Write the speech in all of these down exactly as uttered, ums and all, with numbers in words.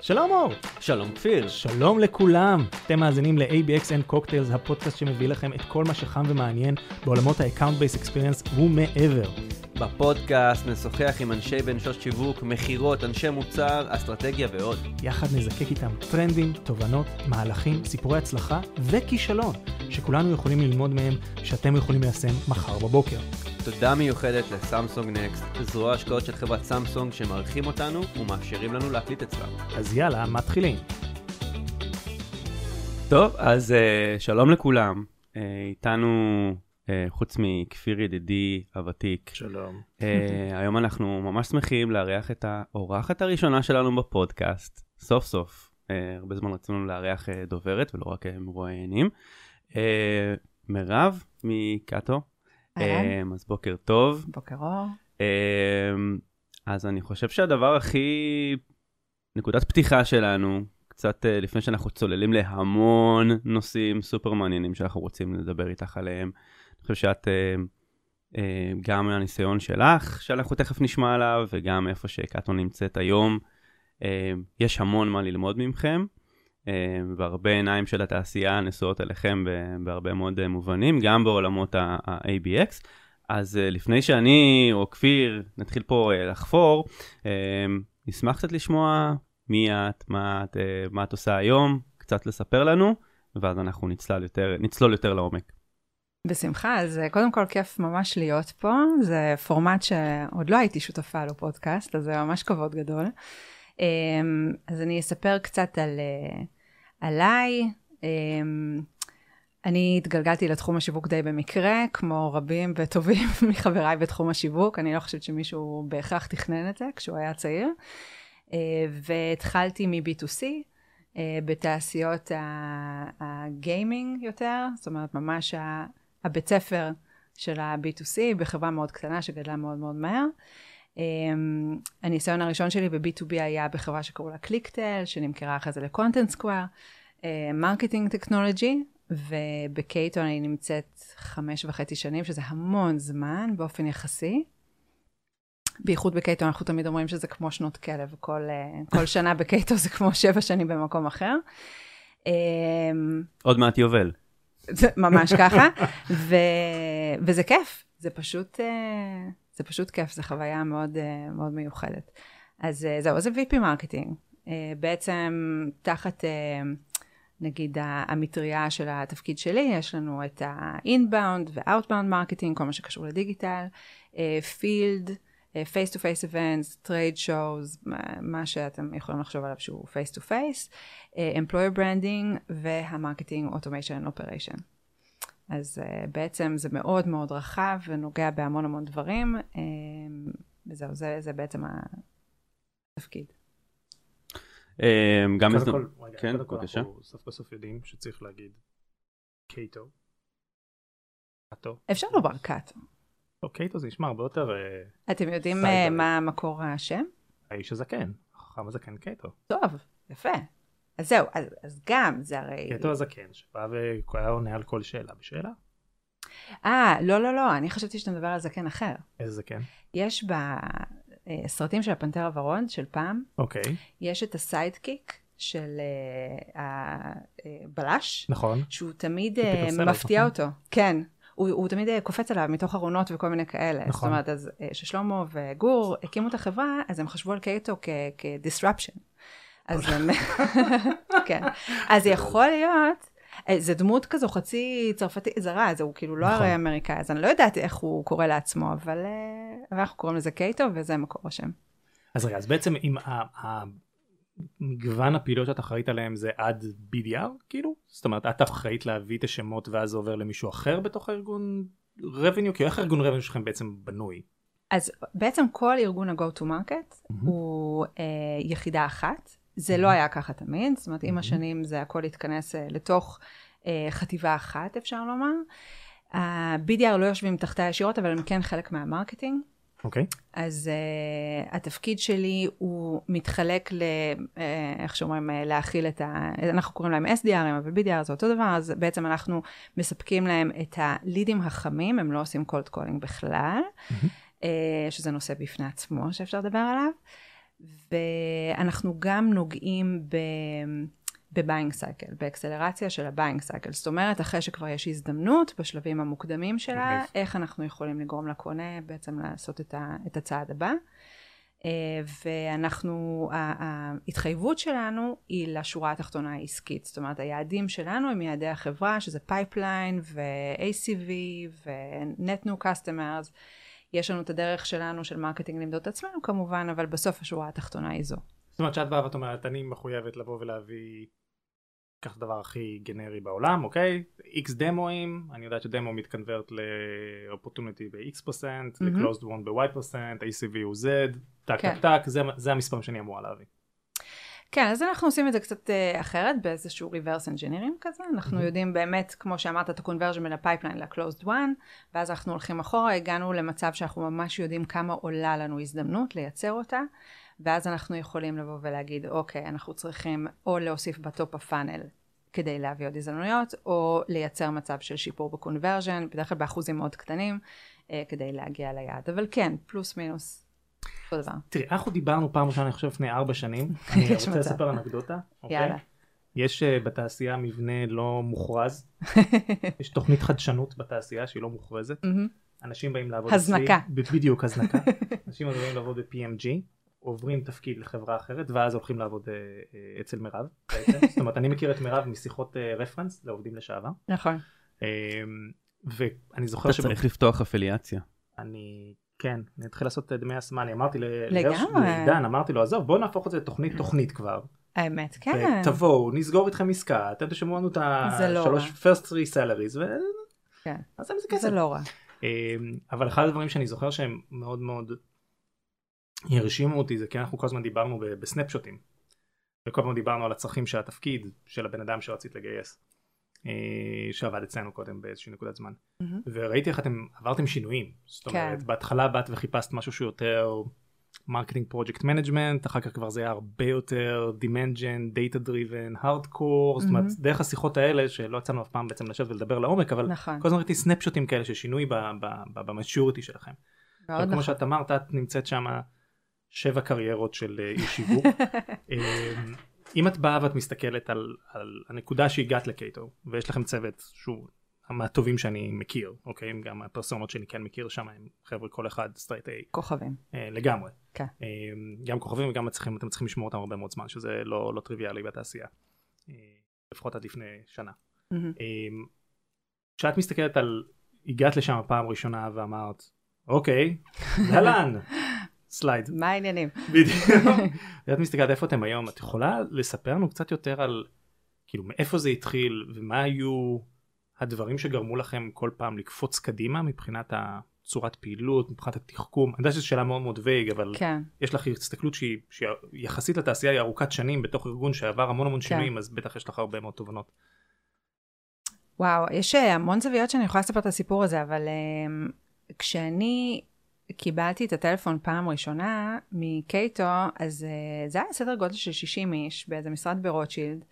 שלום אור. שלום כפיר. שלום לכולם. אתם מאזינים ל-איי בי אקס and Cocktails, הפודקאסט שמביא לכם את כל מה שחם ומעניין בעולמות ה-Account Based Experience ומעבר. בפודקאסט נשוחח עם אנשי בנשות שיווק, מחירות, אנשי מוצר, אסטרטגיה ועוד. יחד נזקק איתם טרנדים, תובנות, מהלכים, סיפורי הצלחה וכישלון, שכולנו יכולים ללמוד מהם, שאתם יכולים ליישם מחר בבוקר. תודה מיוחדת לסמסונג נקסט, זרוע השקעות של חברת סמסונג שמערכים אותנו ומאפשרים לנו להקליט אצלם. אז יאללה, מתחילים. טוב, אז uh, שלום לכולם. Uh, איתנו, uh, חוץ מכפיר ידידי הוותיק. שלום. Uh, היום אנחנו ממש שמחים לארח את האורחת הראשונה שלנו בפודקאסט. סוף סוף. Uh, הרבה זמן רצינו לארח uh, דוברת ולא רק uh, מרואיינים. Uh, מירב מקאטו. אז בוקר טוב. בוקר אור. אז אני חושב שהדבר הכי, נקודת פתיחה שלנו, קצת לפני שאנחנו צוללים להמון נושאים סופר מעניינים שאנחנו רוצים לדבר איתך עליהם. אני חושב שאת, גם הניסיון שלך, שאנחנו תכף נשמע עליו, וגם איפה שקאטו נמצאת היום, יש המון מה ללמוד ממכם. והרבה עיניים של התעשייה נשואות אליכם בהרבה מאוד מובנים, גם בעולמות ה-איי בי אקס. אז לפני שאני או כפיר נתחיל פה לחפור, נשמח קצת לשמוע מי את, מה את, מה את עושה היום, קצת לספר לנו, ואז אנחנו נצלול יותר, נצלול יותר לעומק. בשמחה, אז קודם כל כיף ממש להיות פה, זה פורמט שעוד לא הייתי שותפה לו פודקאסט, אז זה ממש כבוד גדול. אז אני אספר קצת על, עליי. אני התגלגלתי לתחום השיווק די במקרה, כמו רבים וטובים מחבריי בתחום השיווק. אני לא חושבת שמישהו בהכרח תכנן את זה כשהוא היה צעיר. והתחלתי מ-בי טו סי, בתעשיות הגיימינג יותר, זאת אומרת ממש הבית ספר של ה-בי טו סי, בחברה מאוד קטנה שגדלה מאוד מאוד מהר. Um, הניסיון הראשון שלי ב-בי טו בי היה בחברה שקראו לה קליקטל, שנמכרה אחרי זה לקונטנט סקוואר, מרקטינג טכנולוגי, ובקייטו אני נמצאת חמש וחצי שנים, שזה המון זמן באופן יחסי. בייחוד בקייטו אנחנו תמיד אומרים שזה כמו שנות כלב, כל, uh, כל שנה בקייטו זה כמו שבע שנים במקום אחר. Um, עוד מעט יובל. זה ממש ככה, ו, וזה כיף, זה פשוט... Uh, זה פשוט כיף, זו חוויה מאוד, מאוד מיוחדת. אז זהו, זה וי פי מרקטינג. בעצם תחת, נגיד, המטריה של התפקיד שלי, יש לנו את ה-inbound ו-outbound מרקטינג, כל מה שקשור לדיגיטל, field, face-to-face events, trade shows, מה שאתם יכולים לחשוב עליו שהוא face-to-face, employer branding והמרקטינג automation and operation. אז uh, בעצם זה מאוד מאוד רחב ונוגע בהמון המון דברים, um, וזהו, זה, זה בעצם התפקיד. גם קודם כל, רגע, כן, קודם כל בבקשה. אנחנו סוף בסוף יודעים שצריך להגיד קייטו. קאטו. אפשר לומר קאטו. לא, קייטו זה נשמע הרבה יותר... אתם יודעים סייברי. מה מקור השם? האיש הזקן, החכם הזקן קייטו. טוב, יפה. אז זהו, אז, אז גם זה הרי... קייטו הזקן, שבא והיה עונה על כל שאלה בשאלה. אה, לא, לא, לא, אני חשבתי שאתה מדבר על זקן אחר. איזה זקן? יש בסרטים של הפנתר הוורוד של פעם, אוקיי. יש את הסיידקיק של הבלש, נכון. שהוא תמיד פיטר סלרס, מפתיע נכון? אותו. כן. הוא, הוא תמיד קופץ עליו מתוך ארונות וכל מיני כאלה. נכון. זאת אומרת, אז ששלמה וגור הקימו את החברה, אז הם חשבו על קייטו כ-disruption. אז הם... כן. אז יכול להיות, זה דמות כזו חצי צרפתי זרה, זה הוא כאילו לא הרי אמריקאי, אז אני לא יודעת איך הוא קורא לעצמו, אבל אנחנו קוראים לזה קייטו, וזה מקור השם. אז רגע, אז בעצם אם המגוון הפעילות שאת אחראית עליהם זה עד בי די אר, כאילו? זאת אומרת, את אחראית להביא את השמות ואז זה עובר למישהו אחר בתוך הארגון revenue, כי איך ארגון revenue שלכם בעצם בנוי? אז בעצם כל ארגון ה-go to market הוא יחידה אחת, זה לא היה ככה תמיד, זאת אומרת, עם השנים זה הכל התכנס לתוך חטיבה אחת, אפשר לומר. ה-בי די אר לא יושבים תחתיה ישירות, אבל הם כן חלק מהמרקטינג. אוקיי. אז התפקיד שלי הוא מתחלק ל... איך שאומרים, להכיל את ה... אנחנו קוראים להם אס די אר, אבל בי די אר זה אותו דבר, אז בעצם אנחנו מספקים להם את הלידים החמים, הם לא עושים cold calling בכלל, שזה נושא בפני עצמו שאפשר לדבר עליו. ואנחנו גם נוגעים ב... בביינג סייקל, באקסלרציה של הביינג סייקל. זאת אומרת, אחרי שכבר יש הזדמנות בשלבים המוקדמים שלה, מגניב. איך אנחנו יכולים לגרום לקונה בעצם לעשות את, ה... את הצעד הבא. ואנחנו, ההתחייבות שלנו היא לשורה התחתונה העסקית. זאת אומרת, היעדים שלנו הם יעדי החברה, שזה פייפליין ו-איי סי וי ו-Net New Customers. יש לנו את הדרך שלנו של מרקטינג למדוד את עצמנו כמובן, אבל בסוף השורה התחתונה היא זו. זאת אומרת שאת באה ואת אומרת, אני מחויבת לבוא ולהביא כך דבר הכי גנרי בעולם, אוקיי? X דמואים, אני יודעת שדמו מתקנברט ל-opportunity ב-X פרסנט, ל-closed one ב-Y פרסנט, איי סי וי הוא Z, טק טק טק, זה המספרים שאני אמורה להביא. כן, אז אנחנו עושים את זה קצת אחרת, באיזשהו reverse engineering כזה, אנחנו יודעים באמת, כמו שאמרת, את ה-conversion בין ה-pipeline ל-closed one, ואז אנחנו הולכים אחורה, הגענו למצב שאנחנו ממש יודעים כמה עולה לנו הזדמנות לייצר אותה, ואז אנחנו יכולים לבוא ולהגיד, אוקיי, אנחנו צריכים או להוסיף בטופ הפאנל כדי להביא עוד הזדמנויות, או לייצר מצב של שיפור בקונברז'ן, בדרך כלל באחוזים מאוד קטנים, כדי להגיע ליעד. אבל כן, פלוס מינוס, אותו דבר. תראי, אנחנו דיברנו פעם ראשונה, אני חושב, לפני ארבע שנים. אני רוצה לספר אנקדוטה. יאללה. יש בתעשייה מבנה לא מוכרז. יש תוכנית חדשנות בתעשייה שהיא לא מוכרזת. אנשים באים לעבוד... הזנקה. בדיוק, הזנקה. אנשים באים לעבוד ב-פי אם ג'י. עוברים תפקיד לחברה אחרת, ואז הולכים לעבוד אה, אצל מירב. זאת אומרת, אני מכיר את מירב משיחות אה, רפרנס לעובדים לשעבר. נכון. אה, ואני זוכר אתה צריך לפתוח אפיליאציה. אני, כן, אני אתחיל לעשות דמי הסמה, אני אמרתי לעידן, אמרתי לו, עזוב, בואו נהפוך את זה לתוכנית תוכנית כבר. האמת, כן. תבואו, נסגור איתכם עסקה, אתם תשמעו לנו את השלוש first three salaries, ו... כן. אז זה כסף. זה לא רע. אבל אחד הדברים שאני זוכר שהם מאוד מאוד הרשימו אותי, זה כי אנחנו כל הזמן דיברנו בסנפשוטים, וכל הזמן דיברנו על הצרכים של התפקיד של הבן אדם שרצית לגייס, שעבד אצלנו קודם באיזושהי נקודת זמן. וראיתי איך אתם עברתם שינויים. זאת אומרת, בהתחלה באת וחיפשת משהו שהוא יותר מרקטינג פרויקט מנג'מנט, אחר כך כבר זה היה הרבה יותר דימנג'ן, דאטה דריבן, הארדקור, זאת אומרת, דרך השיחות האלה שלא יצאנו אף פעם בעצם לשבת ולדבר לעומק, אבל כל הזמן ראיתי סנפשוטים כאלה של שינוי במאצ'וריטי שלכם. כמו שאת אמרת, את נמצאת שם שבע קריירות של אי שיווק. אם את באה ואת מסתכלת על, על הנקודה שהגעת לקייטו, ויש לכם צוות שהוא מהטובים שאני מכיר, אוקיי? גם הפרסונות שאני כן מכיר שם, הם חבר'ה כל אחד סטרייט איי. כוכבים. אה, לגמרי. כן. אה, גם כוכבים וגם צריכים, אתם צריכים לשמור אותם הרבה מאוד זמן, שזה לא, לא טריוויאלי בתעשייה. אה, לפחות עד לפני שנה. Mm-hmm. אה, כשאת מסתכלת על, הגעת לשם הפעם ראשונה ואמרת, אוקיי, דלן. סלייד. מה העניינים? בדיוק. ואת מסתכלת איפה אתם היום, את יכולה לספר לנו קצת יותר על, כאילו, מאיפה זה התחיל, ומה היו הדברים שגרמו לכם כל פעם לקפוץ קדימה, מבחינת הצורת פעילות, מבחינת התחכום. אני יודע שזו שאלה מאוד מאוד וייג, אבל כן. יש לך הסתכלות שהיא, שהיא יחסית לתעשייה היא ארוכת שנים, בתוך ארגון שעבר המון המון שינויים, כן. אז בטח יש לך הרבה מאוד תובנות. וואו, יש המון זוויות שאני יכולה לספר את הסיפור הזה, אבל um, כשאני קיבלתי את הטלפון פעם ראשונה מקייטו, אז uh, זה היה סדר גודל של שישים איש באיזה משרד ברוטשילד,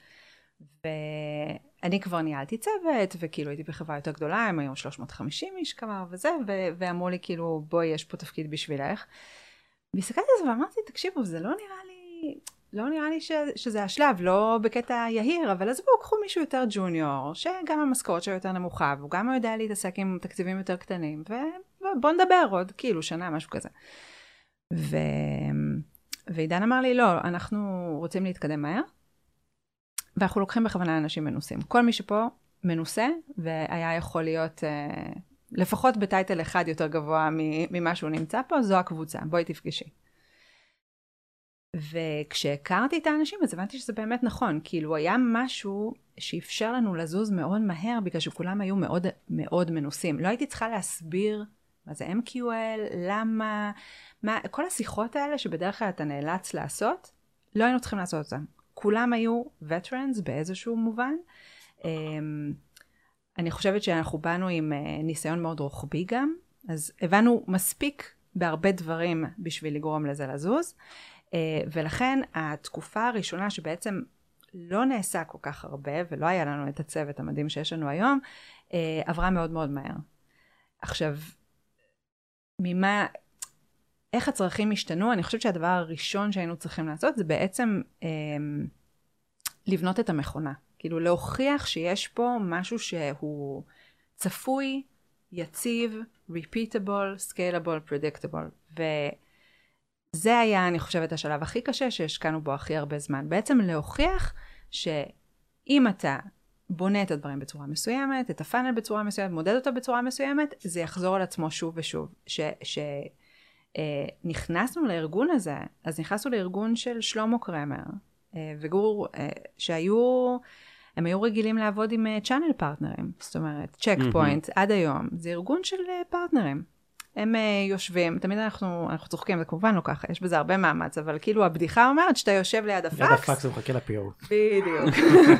ואני כבר ניהלתי צוות, וכאילו הייתי בחברה יותר גדולה, הם היו שלוש מאות וחמישים איש כבר וזה, ו- ואמרו לי כאילו, בואי, יש פה תפקיד בשבילך. והסתכלתי על זה ואמרתי, תקשיבו, זה לא נראה לי, לא נראה לי ש- שזה השלב, לא בקטע יהיר, אבל אז בואו, קחו מישהו יותר ג'וניור, שגם המשכורת שלו יותר נמוכה, והוא גם יודע להתעסק עם תקציבים יותר קטנים, ובואו נדבר עוד, כאילו, שנה, משהו כזה. ו... ועידן אמר לי, לא, אנחנו רוצים להתקדם מהר, ואנחנו לוקחים בכוונה אנשים מנוסים. כל מי שפה מנוסה, והיה יכול להיות אה, לפחות בטייטל אחד יותר גבוה ממה שהוא נמצא פה, זו הקבוצה, בואי תפגשי. וכשהכרתי את האנשים, אז הבנתי שזה באמת נכון, כאילו היה משהו שאפשר לנו לזוז מאוד מהר, בגלל שכולם היו מאוד מאוד מנוסים. לא הייתי צריכה להסביר מה זה אם קיו אל, למה, מה, כל השיחות האלה שבדרך כלל אתה נאלץ לעשות, לא היינו צריכים לעשות אותם. כולם היו veterans באיזשהו מובן. אני חושבת שאנחנו באנו עם ניסיון מאוד רוחבי גם, אז הבנו מספיק בהרבה דברים בשביל לגרום לזה לזוז, ולכן התקופה הראשונה שבעצם לא נעשה כל כך הרבה, ולא היה לנו את הצוות המדהים שיש לנו היום, עברה מאוד מאוד מהר. עכשיו, ממה... איך הצרכים השתנו, אני חושבת שהדבר הראשון שהיינו צריכים לעשות, זה בעצם אה, לבנות את המכונה. כאילו להוכיח שיש פה משהו שהוא צפוי, יציב, repeatable, scalable, predictable. וזה היה, אני חושבת, השלב הכי קשה שהשקענו בו הכי הרבה זמן. בעצם להוכיח שאם אתה בונה את הדברים בצורה מסוימת, את הפאנל בצורה מסוימת, מודד אותו בצורה מסוימת, זה יחזור על עצמו שוב ושוב. שנכנסנו לארגון הזה, אז נכנסנו לארגון של שלמה קרמר, וגור, שהיו, הם היו רגילים לעבוד עם צ'אנל פרטנרים, זאת אומרת, צ'ק פוינט, עד היום, זה ארגון של פרטנרים. הם יושבים, תמיד אנחנו, אנחנו צוחקים, זה כמובן לא ככה, יש בזה הרבה מאמץ, אבל כאילו הבדיחה אומרת שאתה יושב ליד הפקס. ליד הפקס הוא מחכה ל-פי או. בדיוק.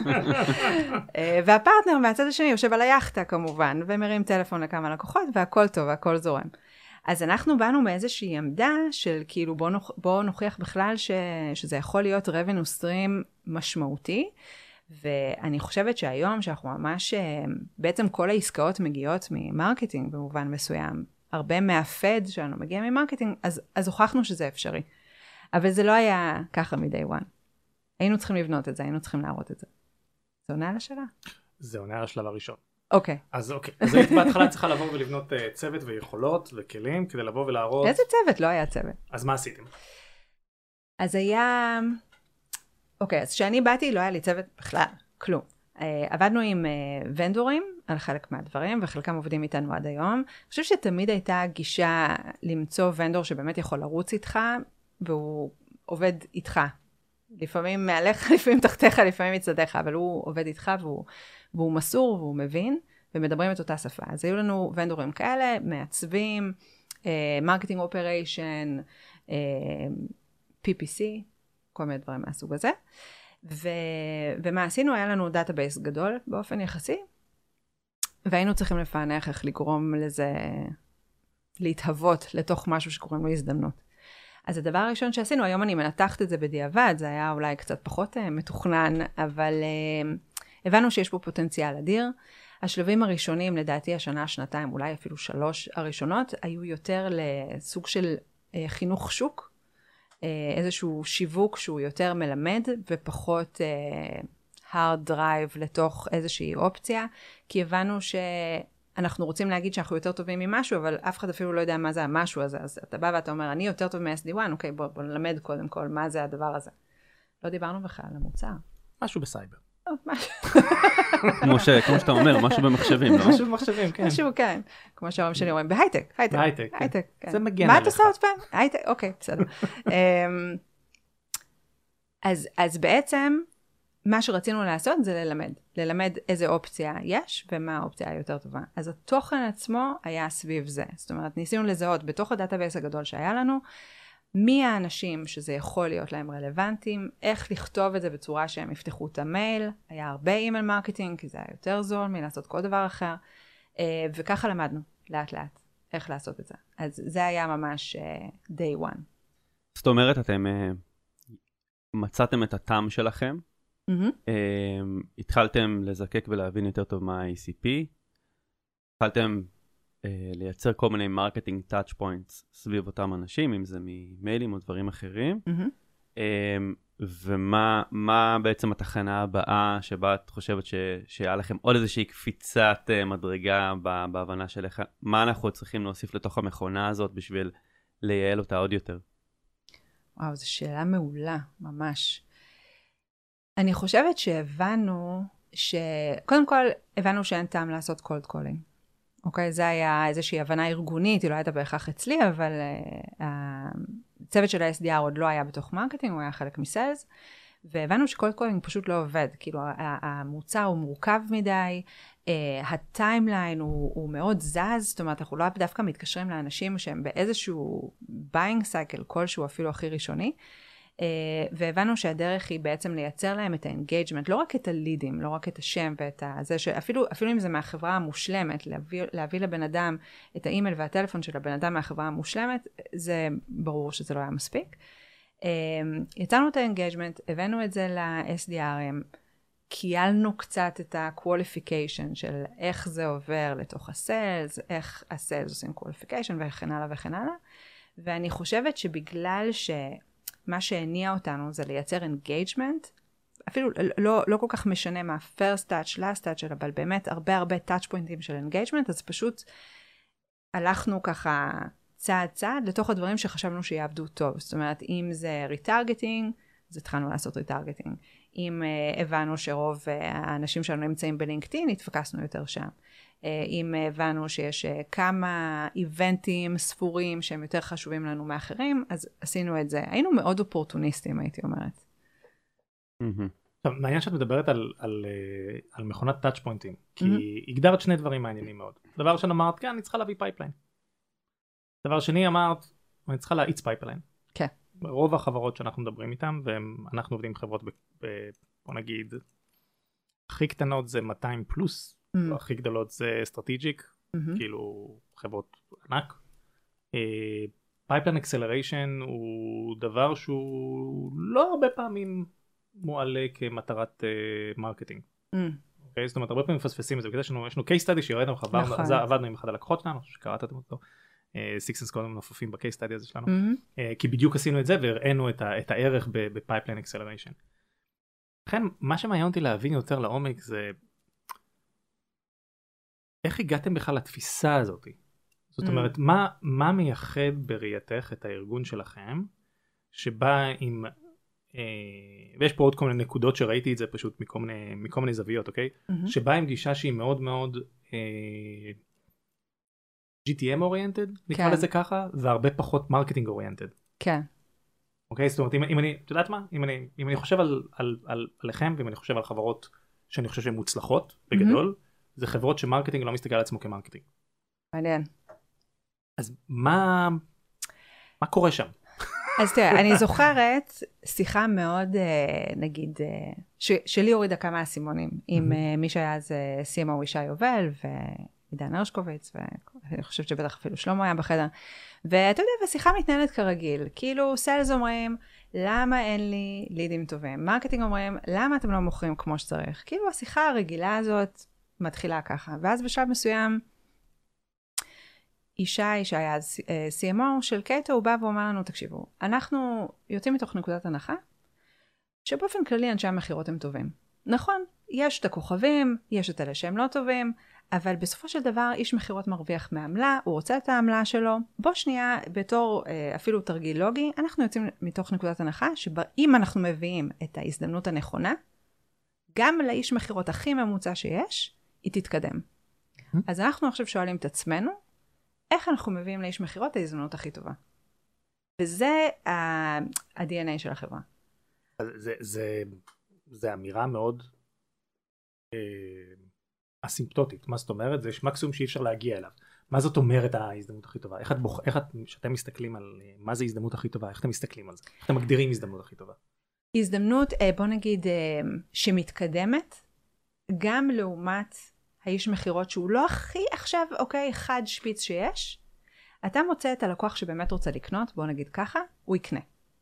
והפרטנר מהצד השני יושב על היחטה כמובן, ומרים טלפון לכמה לקוחות, והכל טוב, והכל זורם. אז אנחנו באנו מאיזושהי עמדה של כאילו בוא, נוכ... בוא נוכיח בכלל ש... שזה יכול להיות revenue stream משמעותי, ואני חושבת שהיום שאנחנו ממש, בעצם כל העסקאות מגיעות ממרקטינג במובן מסוים, הרבה מהפד שלנו מגיע ממרקטינג, אז, אז הוכחנו שזה אפשרי. אבל זה לא היה ככה מ-day one. היינו צריכים לבנות את זה, היינו צריכים להראות את זה. זה עונה על השאלה? זה עונה על השלב הראשון. אוקיי. אז אוקיי. אז היית בהתחלה צריכה לבוא ולבנות uh, צוות ויכולות וכלים, כדי לבוא ולהראות... איזה צוות? לא היה צוות. אז מה עשיתם? אז היה... אוקיי, אז כשאני באתי לא היה לי צוות בכלל, כלום. Uh, עבדנו עם uh, ונדורים על חלק מהדברים, וחלקם עובדים איתנו עד היום. אני חושב שתמיד הייתה גישה למצוא ונדור שבאמת יכול לרוץ איתך, והוא עובד איתך. לפעמים מעליך, לפעמים תחתיך, לפעמים מצדך, אבל הוא עובד איתך והוא, והוא מסור והוא מבין, ומדברים את אותה שפה. אז היו לנו ונדורים כאלה, מעצבים, מרקטינג אופריישן, פי פי סי, כל מיני דברים מהסוג הזה. ו, ומה עשינו? היה לנו דאטאבייס גדול באופן יחסי, והיינו צריכים לפענח איך לגרום לזה להתהוות לתוך משהו שקוראים לו הזדמנות. אז הדבר הראשון שעשינו, היום אני מנתחת את זה בדיעבד, זה היה אולי קצת פחות uh, מתוכנן, אבל uh, הבנו שיש פה פוטנציאל אדיר. השלבים הראשונים, לדעתי השנה, שנתיים, אולי אפילו שלוש הראשונות, היו יותר לסוג של uh, חינוך שוק, uh, איזשהו שיווק שהוא יותר מלמד, ופחות uh, hard drive לתוך איזושהי אופציה, כי הבנו ש... אנחנו רוצים להגיד שאנחנו יותר טובים ממשהו, אבל אף אחד אפילו לא יודע מה זה המשהו הזה. אז אתה בא ואתה אומר, אני יותר טוב מ-אס די וואן, אוקיי, בוא, בוא נלמד קודם כל מה זה הדבר הזה. לא דיברנו בכלל על המוצר. משהו בסייבר. כמו שאתה אומר, משהו במחשבים, לא? משהו במחשבים, כן. משהו, כן. כמו שההורים שלי אומרים, בהייטק, הייטק. בהייטק, הייטק, כן. זה מגן מה עליך. את עושה עוד פעם? הייטק, אוקיי, בסדר. אז בעצם... מה שרצינו לעשות זה ללמד. ללמד איזה אופציה יש ומה האופציה היותר טובה. אז התוכן עצמו היה סביב זה. זאת אומרת, ניסינו לזהות בתוך הדאטאבייס הגדול שהיה לנו, מי האנשים שזה יכול להיות להם רלוונטיים, איך לכתוב את זה בצורה שהם יפתחו את המייל, היה הרבה אימייל מרקטינג, כי זה היה יותר זול מלעשות כל דבר אחר, וככה למדנו לאט לאט איך לעשות את זה. אז זה היה ממש day one. זאת אומרת, אתם מצאתם את הטעם שלכם, Mm-hmm. Um, התחלתם לזקק ולהבין יותר טוב מה ה-איי סי פי, התחלתם uh, לייצר כל מיני מרקטינג טאץ' פוינטס סביב אותם אנשים, אם זה ממיילים או דברים אחרים, mm-hmm. um, ומה מה בעצם התחנה הבאה שבה את חושבת ש, שהיה לכם עוד איזושהי קפיצת uh, מדרגה ב, בהבנה של איך, מה אנחנו צריכים להוסיף לתוך המכונה הזאת בשביל לייעל אותה עוד יותר? וואו, זו שאלה מעולה, ממש. אני חושבת שהבנו, ש... קודם כל, הבנו שאין טעם לעשות cold calling. אוקיי? זה היה איזושהי הבנה ארגונית, היא לא הייתה בהכרח אצלי, אבל uh, הצוות של ה-אס די אר עוד לא היה בתוך מרקטינג, הוא היה חלק מסיילס, והבנו ש-cold calling פשוט לא עובד. כאילו, המוצר הוא מורכב מדי, uh, הטיימליין הוא, הוא מאוד זז, זאת אומרת, אנחנו לא דווקא מתקשרים לאנשים שהם באיזשהו buying cycle כלשהו, אפילו הכי ראשוני, Uh, והבנו שהדרך היא בעצם לייצר להם את האנגייג'מנט, לא רק את הלידים, לא רק את השם ואת זה, שאפילו, אפילו אם זה מהחברה המושלמת, להביא, להביא לבן אדם את האימייל והטלפון של הבן אדם מהחברה המושלמת, זה ברור שזה לא היה מספיק. Uh, יצרנו את האנגייג'מנט, הבאנו את זה ל-אס די אר-אם, קיילנו קצת את ה-qualification של איך זה עובר לתוך הסיילס, איך הסיילס עושים qualification וכן הלאה וכן הלאה, ואני חושבת שבגלל שמה שהניע אותנו זה לייצר engagement, אפילו לא, לא כל כך משנה מה first touch, last touch, אבל באמת הרבה הרבה touch pointים של engagement, אז פשוט הלכנו ככה צעד צעד לתוך הדברים שחשבנו שיעבדו טוב. זאת אומרת, אם זה retargeting, אז התחלנו לעשות retargeting. אם uh, הבנו שרוב uh, האנשים שלנו נמצאים בלינקדאין, התפקסנו יותר שם. Uh, אם הבנו שיש uh, כמה איבנטים ספורים שהם יותר חשובים לנו מאחרים, אז עשינו את זה. היינו מאוד אופורטוניסטים, הייתי אומרת. עכשיו, מעניין שאת מדברת על, על, על מכונת טאץ' פוינטים, כי הגדרת שני דברים מעניינים מאוד. דבר ראשון אמרת, כן, אני צריכה להביא פייפליין. דבר שני אמרת, אני צריכה להאיץ פייפליין. כן. רוב החברות שאנחנו מדברים איתן, ואנחנו עובדים עם חברות, ב, ב, בוא נגיד, הכי קטנות זה מאתיים פלוס, mm-hmm. הכי גדולות זה סטרטג'יק, mm-hmm. כאילו חברות ענק. פייפליין אקסלריישן הוא דבר שהוא לא הרבה פעמים מועלה כמטרת מרקטינג. Uh, mm. okay, זאת אומרת, הרבה פעמים מפספסים את זה, בגלל שיש לנו case study שיורדנו, נכון. עבדנו עם אחד הלקוחות שלנו, שקראתם אותו, סיקסנס uh, קודם נפופים בקייס סטאדי הזה שלנו, mm-hmm. uh, כי בדיוק עשינו את זה והראינו את, ה, את הערך בפייפליין אקסלריישן. לכן, מה שמעניין אותי להבין יותר לעומק זה, איך הגעתם בכלל לתפיסה הזאת? זאת אומרת, mm. מה, מה מייחד בראייתך את הארגון שלכם, שבא עם... ויש פה עוד כל מיני נקודות שראיתי את זה פשוט מכל מיני, מכל מיני זוויות, אוקיי? Mm-hmm. שבא עם גישה שהיא מאוד מאוד אה, ג'י טי אם אוריינטד, נקרא לזה ככה, והרבה פחות מרקטינג אוריינטד. כן. אוקיי? זאת אומרת, אם, אם אני, את יודעת מה? אם אני, אם אני חושב על, על, על, עליכם, ואם אני חושב על חברות שאני חושב שהן מוצלחות, בגדול, mm-hmm. זה חברות שמרקטינג לא מסתכל על עצמו כמרקטינג. מעניין. אז מה, מה קורה שם? אז תראה, אני זוכרת שיחה מאוד, נגיד, ש, שלי הורידה כמה הסימונים, עם mm-hmm. מי שהיה אז סי אם או ישי יובל, ועידן הרשקוביץ, ואני חושבת שבטח אפילו שלמה היה בחדר, ואתה יודע, השיחה מתנהלת כרגיל, כאילו סיילס אומרים, למה אין לי לידים טובים? מרקטינג אומרים, למה אתם לא מוכרים כמו שצריך? כאילו השיחה הרגילה הזאת מתחילה ככה, ואז בשלב מסוים, ישי שהיה סי אם או של קייטו, הוא בא ואומר לנו, תקשיבו, אנחנו יוצאים מתוך נקודת הנחה, שבאופן כללי אנשי המחירות הם טובים. נכון, יש את הכוכבים, יש את אלה שהם לא טובים, אבל בסופו של דבר איש מחירות מרוויח מעמלה, הוא רוצה את העמלה שלו. בוא שנייה, בתור אפילו תרגיל לוגי, אנחנו יוצאים מתוך נקודת הנחה, שאם אנחנו מביאים את ההזדמנות הנכונה, גם לאיש מחירות הכי ממוצע שיש, היא תתקדם. אז אנחנו עכשיו שואלים את עצמנו, איך אנחנו מביאים לאיש מחירות את ההזדמנות הכי טובה? וזה ה-די אן איי של החברה. זה, זה, זה אמירה מאוד אה, אסימפטוטית. מה זאת אומרת? זה יש מקסימום שאי אפשר להגיע אליו. מה זאת אומרת ההזדמנות הכי טובה? איך את בוח... איך את, שאתם מסתכלים על מה זה הזדמנות הכי טובה? איך אתם מסתכלים על זה? איך אתם מגדירים הזדמנות הכי טובה? הזדמנות, בוא נגיד, שמתקדמת, גם לעומת האיש מחירות שהוא לא הכי עכשיו, אוקיי, חד שפיץ שיש, אתה מוצא את הלקוח שבאמת רוצה לקנות, בוא נגיד ככה, הוא יקנה.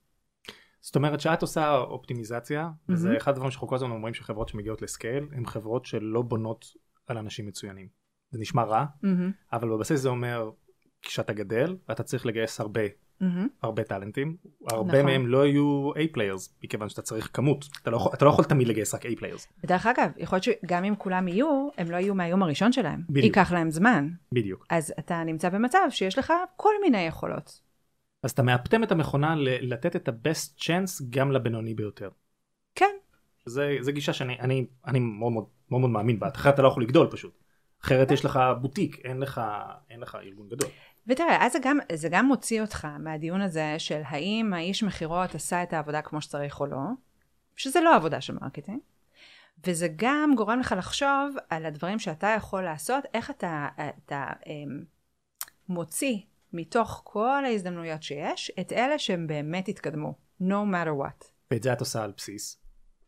זאת אומרת שאת עושה אופטימיזציה, mm-hmm. וזה אחד הדברים שאנחנו כל הזמן אומרים שחברות שמגיעות לסקייל, הן חברות שלא בונות על אנשים מצוינים. זה נשמע רע, mm-hmm. אבל בבסיס זה אומר, כשאתה גדל, אתה צריך לגייס הרבה, mm-hmm. הרבה טלנטים, הרבה נכון. מהם לא יהיו A-players, מכיוון שאתה צריך כמות, אתה לא יכול, אתה לא יכול תמיד לגייס רק A-players. בדרך אגב, יכול להיות שגם אם כולם יהיו, הם לא יהיו מהיום הראשון שלהם. בדיוק. ייקח להם זמן. בדיוק. אז אתה נמצא במצב שיש לך כל מיני יכולות. אז אתה מאפתם את המכונה לתת את ה-best chance גם לבינוני ביותר. כן. זה, זה גישה שאני אני, אני מאוד, מאוד, מאוד, מאוד מאמין בה. אחרת אתה לא יכול לגדול פשוט. אחרת יש לך בוטיק, אין לך, אין לך ארגון גדול. ותראה, אז זה גם, זה גם מוציא אותך מהדיון הזה של האם האיש מחירות עשה את העבודה כמו שצריך או לא, שזה לא עבודה של מרקטינג, וזה גם גורם לך לחשוב על הדברים שאתה יכול לעשות, איך אתה, אתה אמ, מוציא מתוך כל ההזדמנויות שיש, את אלה שהם באמת התקדמו, no matter what. ואת זה את עושה על בסיס?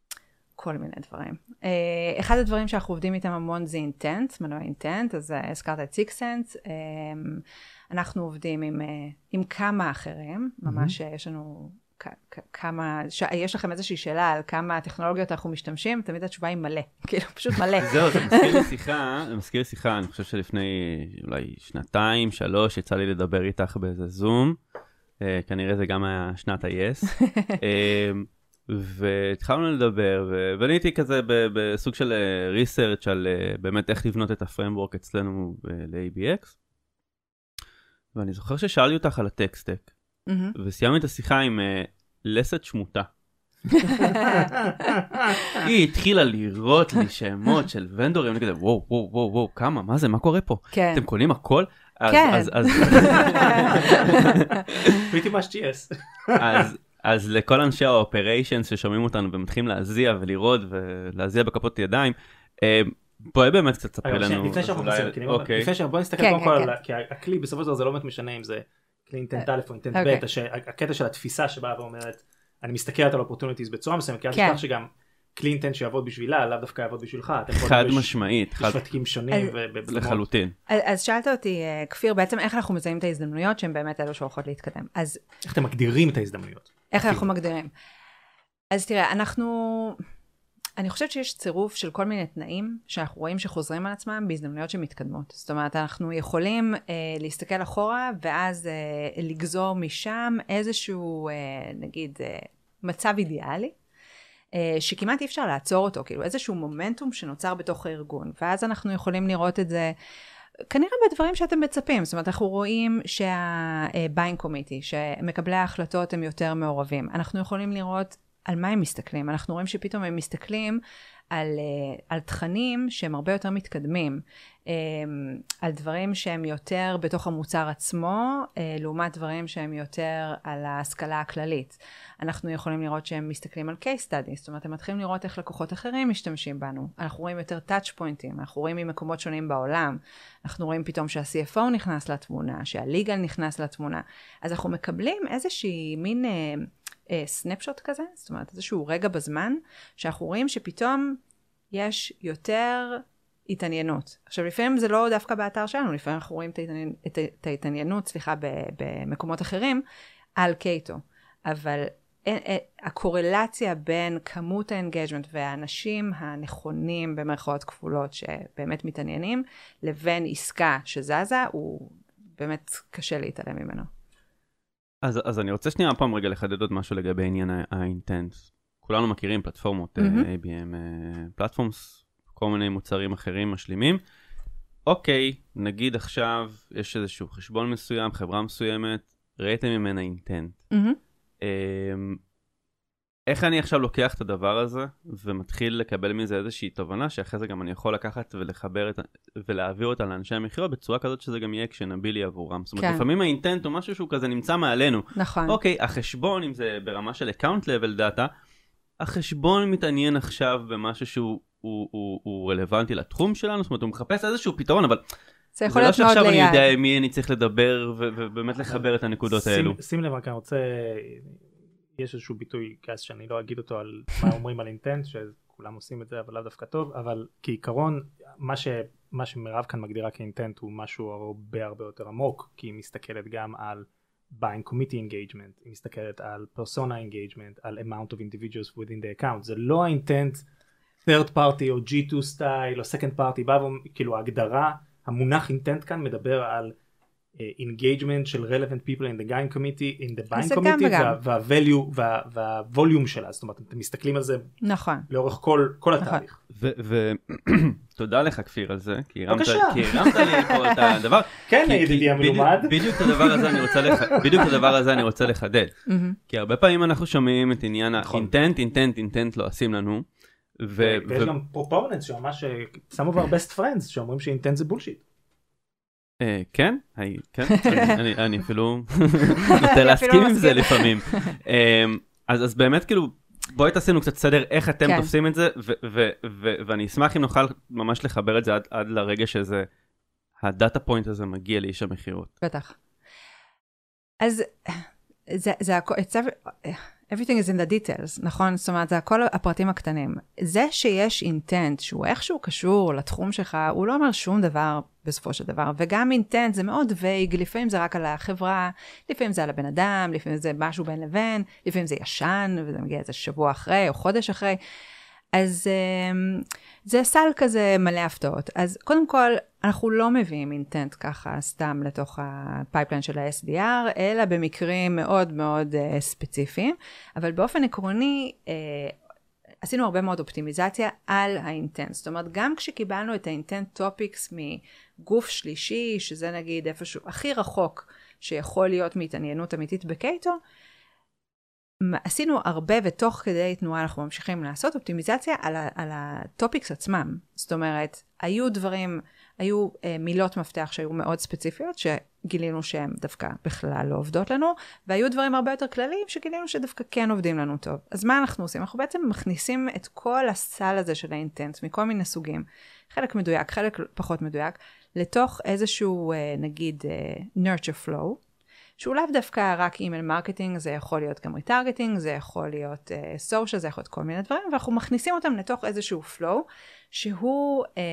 כל מיני דברים. Uh, אחד הדברים שאנחנו עובדים איתם המון זה אינטנט, מנוע אינטנט, אז uh, הזכרת את סיקסנס, uh, אנחנו עובדים עם, uh, עם כמה אחרים, ממש mm-hmm. יש לנו כ- כ- כמה, ש- יש לכם איזושהי שאלה על כמה טכנולוגיות אנחנו משתמשים, תמיד התשובה היא מלא, כאילו פשוט מלא. זהו, זה מזכיר לי שיחה, זה מזכיר לי שיחה, אני חושב שלפני אולי שנתיים, שלוש, יצא לי לדבר איתך באיזה זום, כנראה זה גם היה שנת ה-yes. והתחלנו לדבר, ואני הייתי כזה בסוג של ריסרצ' על באמת איך לבנות את הפריימוורק אצלנו ל-איי בי אקס. ואני זוכר ששאלתי אותך על הטקסטק, וסיימתי את השיחה עם לסת שמוטה. היא התחילה לראות לי שמות של ונדורים, אני כזה, וואו, וואו, וואו, וואו, כמה, מה זה, מה קורה פה? אתם קונים הכל? כן. הייתי ממש ג'י-אס. אז לכל אנשי האופריישנס ששומעים אותנו ומתחילים להזיע ולראות ולהזיע בכפות ידיים, בואי באמת קצת ספרי לנו. לפני שאנחנו נסתכל, לפני שאנחנו נסתכל קודם כל, כי הכלי בסופו של דבר זה לא באמת משנה אם זה כלי אינטנט א' או אינטנט ב', הקטע של התפיסה שבאה ואומרת, אני מסתכלת על אופורטוניטיז בצורה מסוימת, כי אל תשכח שגם כלי אינטנט שיעבוד בשבילה, לאו דווקא יעבוד בשבילך. חד משמעית. בשווקים שונים. לחלוטין. אז שאלת אותי, כפיר, בעצם איך אנחנו מזהים את ההזדמנויות שהן באמת אלו שהולכות להתקדם. איך אתם מגדירים את ההזדמנויות? איך אנחנו מגדירים? אז תראה, אנחנו... אני חושבת שיש צירוף של כל מיני תנאים שאנחנו רואים שחוזרים על עצמם בהזדמנויות שמתקדמות. זאת אומרת, אנחנו יכולים אה, להסתכל אחורה ואז אה, לגזור משם איזשהו, אה, נגיד, אה, מצב אידיאלי, אה, שכמעט אי אפשר לעצור אותו, כאילו איזשהו מומנטום שנוצר בתוך הארגון. ואז אנחנו יכולים לראות את זה כנראה בדברים שאתם מצפים. זאת אומרת, אנחנו רואים שה-buying committee, שמקבלי ההחלטות הם יותר מעורבים. אנחנו יכולים לראות על מה הם מסתכלים. אנחנו רואים שפתאום הם מסתכלים על, על תכנים שהם הרבה יותר מתקדמים, על דברים שהם יותר בתוך המוצר עצמו, לעומת דברים שהם יותר על ההשכלה הכללית. אנחנו יכולים לראות שהם מסתכלים על case studies, זאת אומרת, הם מתחילים לראות איך לקוחות אחרים משתמשים בנו. אנחנו רואים יותר touch pointים, אנחנו רואים ממקומות שונים בעולם, אנחנו רואים פתאום שה-סי אף או נכנס לתמונה, שה-legal נכנס לתמונה. אז אנחנו מקבלים איזושהי מין סנפשוט כזה, זאת אומרת, איזשהו רגע בזמן, שאנחנו רואים שפתאום יש יותר התעניינות. עכשיו, לפעמים זה לא דווקא באתר שלנו, לפעמים אנחנו רואים את, ההתעניין, את, את ההתעניינות, סליחה, במקומות אחרים, על קייטו. אבל הקורלציה בין כמות האנגייג'מנט והאנשים הנכונים במרכאות כפולות שבאמת מתעניינים, לבין עסקה שזזה, הוא באמת קשה להתעלם ממנו. אז, אז אני רוצה שנייה פעם רגע לחדד עוד משהו לגבי עניין האינטנט. כולנו מכירים פלטפורמות, mm-hmm. איי בי אם פלטפורמס, כל מיני מוצרים אחרים משלימים. אוקיי, נגיד עכשיו יש איזשהו חשבון מסוים, חברה מסוימת, ראיתם ממנה אינטנט. Mm-hmm. איך אני עכשיו לוקח את הדבר הזה ומתחיל לקבל מזה איזושהי תובנה שאחרי זה גם אני יכול לקחת ולחבר את, ולהעביר אותה לאנשי המכירה בצורה כזאת שזה גם יהיה אקשנבילי עבורם. זאת אומרת, כן. לפעמים האינטנט הוא משהו שהוא כזה נמצא מעלינו. נכון. אוקיי, החשבון, אם זה ברמה של account level data, החשבון מתעניין עכשיו במשהו שהוא הוא, הוא, הוא רלוונטי לתחום שלנו, זאת אומרת, הוא מחפש איזשהו פתרון, אבל זה, זה לא שעכשיו אני יודע מי אני צריך לדבר ו- ובאמת לחבר את הנקודות שים, האלו. שים לב, אני רוצה... יש איזשהו ביטוי גס שאני לא אגיד אותו על מה אומרים על אינטנט, שכולם עושים את זה, אבל לא דווקא טוב, אבל כעיקרון, מה, ש, מה שמרב כאן מגדירה כאינטנט הוא משהו הרבה הרבה יותר עמוק, כי היא מסתכלת גם על buying committee engagement, היא מסתכלת על persona engagement, על amount of individuals within the account, זה לא האינטנט third party או ג'י טו style או second party, בא כאילו ההגדרה, המונח אינטנט כאן מדבר על engagement של relevant people in the buying committee, in the buying committee, וה-value וה-volume שלה, זאת אומרת, אתם מסתכלים על זה לאורך כל התהליך. ותודה לך כפיר על זה, כי הרמת לי פה את הדבר. כן, ידידי המלומד. בדיוק את הדבר הזה אני רוצה לחדד. כי הרבה פעמים אנחנו שומעים את עניין האינטנט, אינטנט, אינטנט לא עושים לנו. ויש גם פרופוננטס שממש שמו כבר best friends שאומרים שאינטנט זה בולשיט. כן, אני אפילו נוטה להסכים עם זה לפעמים. אז באמת כאילו, בואי תעשינו קצת סדר איך אתם תופסים את זה, ואני אשמח אם נוכל ממש לחבר את זה עד לרגע שזה, הדאטה פוינט הזה מגיע לאיש המכירות. בטח. אז זה הכל, everything is in the details, נכון? זאת אומרת, זה הכל הפרטים הקטנים. זה שיש אינטנט שהוא איכשהו קשור לתחום שלך, הוא לא אומר שום דבר בסופו של דבר. וגם אינטנט זה מאוד וייג, לפעמים זה רק על החברה, לפעמים זה על הבן אדם, לפעמים זה משהו בין לבין, לפעמים זה ישן, וזה מגיע איזה שבוע אחרי או חודש אחרי. אז זה סל כזה מלא הפתעות. אז קודם כל, אנחנו לא מביאים אינטנט ככה סתם לתוך הפייפליין של ה-אס די אר, אלא במקרים מאוד מאוד uh, ספציפיים, אבל באופן עקרוני, uh, עשינו הרבה מאוד אופטימיזציה על האינטנט. זאת אומרת, גם כשקיבלנו את האינטנט טופיקס מגוף שלישי, שזה נגיד איפשהו הכי רחוק שיכול להיות מהתעניינות אמיתית בקייטו, עשינו הרבה ותוך כדי תנועה אנחנו ממשיכים לעשות אופטימיזציה על, ה- על הטופיקס עצמם. זאת אומרת, היו דברים, היו אה, מילות מפתח שהיו מאוד ספציפיות, שגילינו שהן דווקא בכלל לא עובדות לנו, והיו דברים הרבה יותר כלליים שגילינו שדווקא כן עובדים לנו טוב. אז מה אנחנו עושים? אנחנו בעצם מכניסים את כל הסל הזה של האינטנט, מכל מיני סוגים, חלק מדויק, חלק פחות מדויק, לתוך איזשהו, אה, נגיד, אה, nurture flow, שהוא לאו דווקא רק אימייל מרקטינג, זה יכול להיות גם ריטרגטינג, זה יכול להיות סושיאל, uh, זה יכול להיות כל מיני דברים, ואנחנו מכניסים אותם לתוך איזשהו פלואו, שהוא um,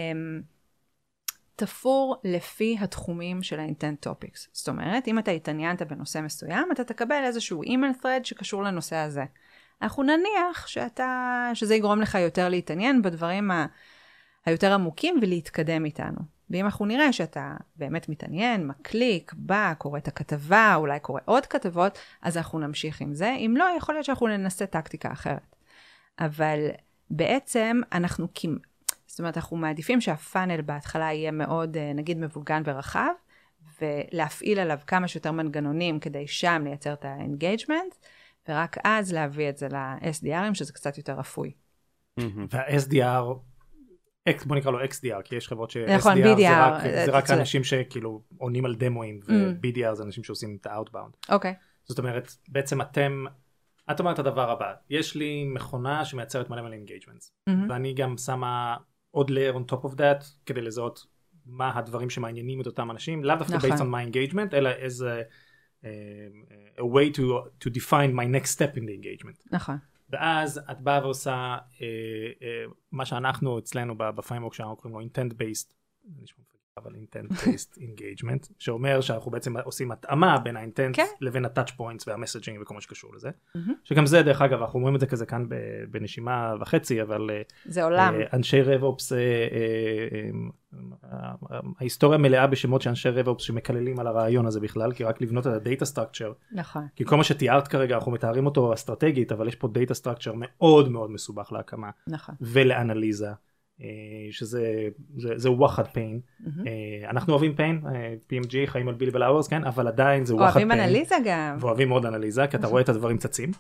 תפור לפי התחומים של ה-intent topics. זאת אומרת, אם אתה התעניינת בנושא מסוים, אתה תקבל איזשהו אימייל thread שקשור לנושא הזה. אנחנו נניח שאתה, שזה יגרום לך יותר להתעניין בדברים ה- היותר עמוקים ולהתקדם איתנו. ואם אנחנו נראה שאתה באמת מתעניין, מקליק, בא, קורא את הכתבה, אולי קורא עוד כתבות, אז אנחנו נמשיך עם זה. אם לא, יכול להיות שאנחנו ננסה טקטיקה אחרת. אבל בעצם אנחנו, זאת אומרת, אנחנו מעדיפים שהפאנל בהתחלה יהיה מאוד, נגיד, מבולגן ורחב, ולהפעיל עליו כמה שיותר מנגנונים כדי שם לייצר את האנגייג'מנט, ורק אז להביא את זה ל-אס די ארים, שזה קצת יותר רפוי. וה-אס די אר... בוא נקרא לו אקס די אר, כי יש חברות נכון, בי די אר, ש-אס די אר זה רק אנשים שכאילו עונים על דמואים, ו-בי די אר זה אנשים שעושים את ה-outbound. אוקיי. זאת אומרת, בעצם אתם, את אומרת הדבר הבא, יש לי מכונה שמייצרת מלא מלא engagements, ואני גם שמה עוד layer on top of that, כדי לזהות מה הדברים שמעניינים את אותם אנשים, לאו דווקא based on my engagement, אלא as a, a way to, to define my next step in the engagement. נכון. ואז את באה ועושה אה, אה, מה שאנחנו אצלנו בפריימוורק שאנחנו קוראים לו intent based, אבל intent based engagement, שאומר שאנחנו בעצם עושים התאמה בין האינטנט okay. לבין ה-touch points וה-messaging וכל מה שקשור לזה. Mm-hmm. שגם זה דרך אגב, אנחנו אומרים את זה כזה כאן בנשימה וחצי, אבל זה עולם. אה, אנשי RevOps, אה, אה, אה, ההיסטוריה מלאה בשמות של אנשי RevOps שמקללים על הרעיון הזה בכלל, כי רק לבנות את ה-data structure. נכון. כי כל מה שתיארת כרגע, אנחנו מתארים אותו אסטרטגית, אבל יש פה data structure מאוד מאוד מסובך להקמה. נכון. ולאנליזה. שזה זה, זה וואחד פיין. Mm-hmm. אנחנו אוהבים פיין, פי אם ג'י, חיים על ביליבל אאורס, כן? אבל עדיין זה וואחד פיין. אוהבים אנליזה גם. ואוהבים מאוד אנליזה, כי אתה רואה את הדברים צצים.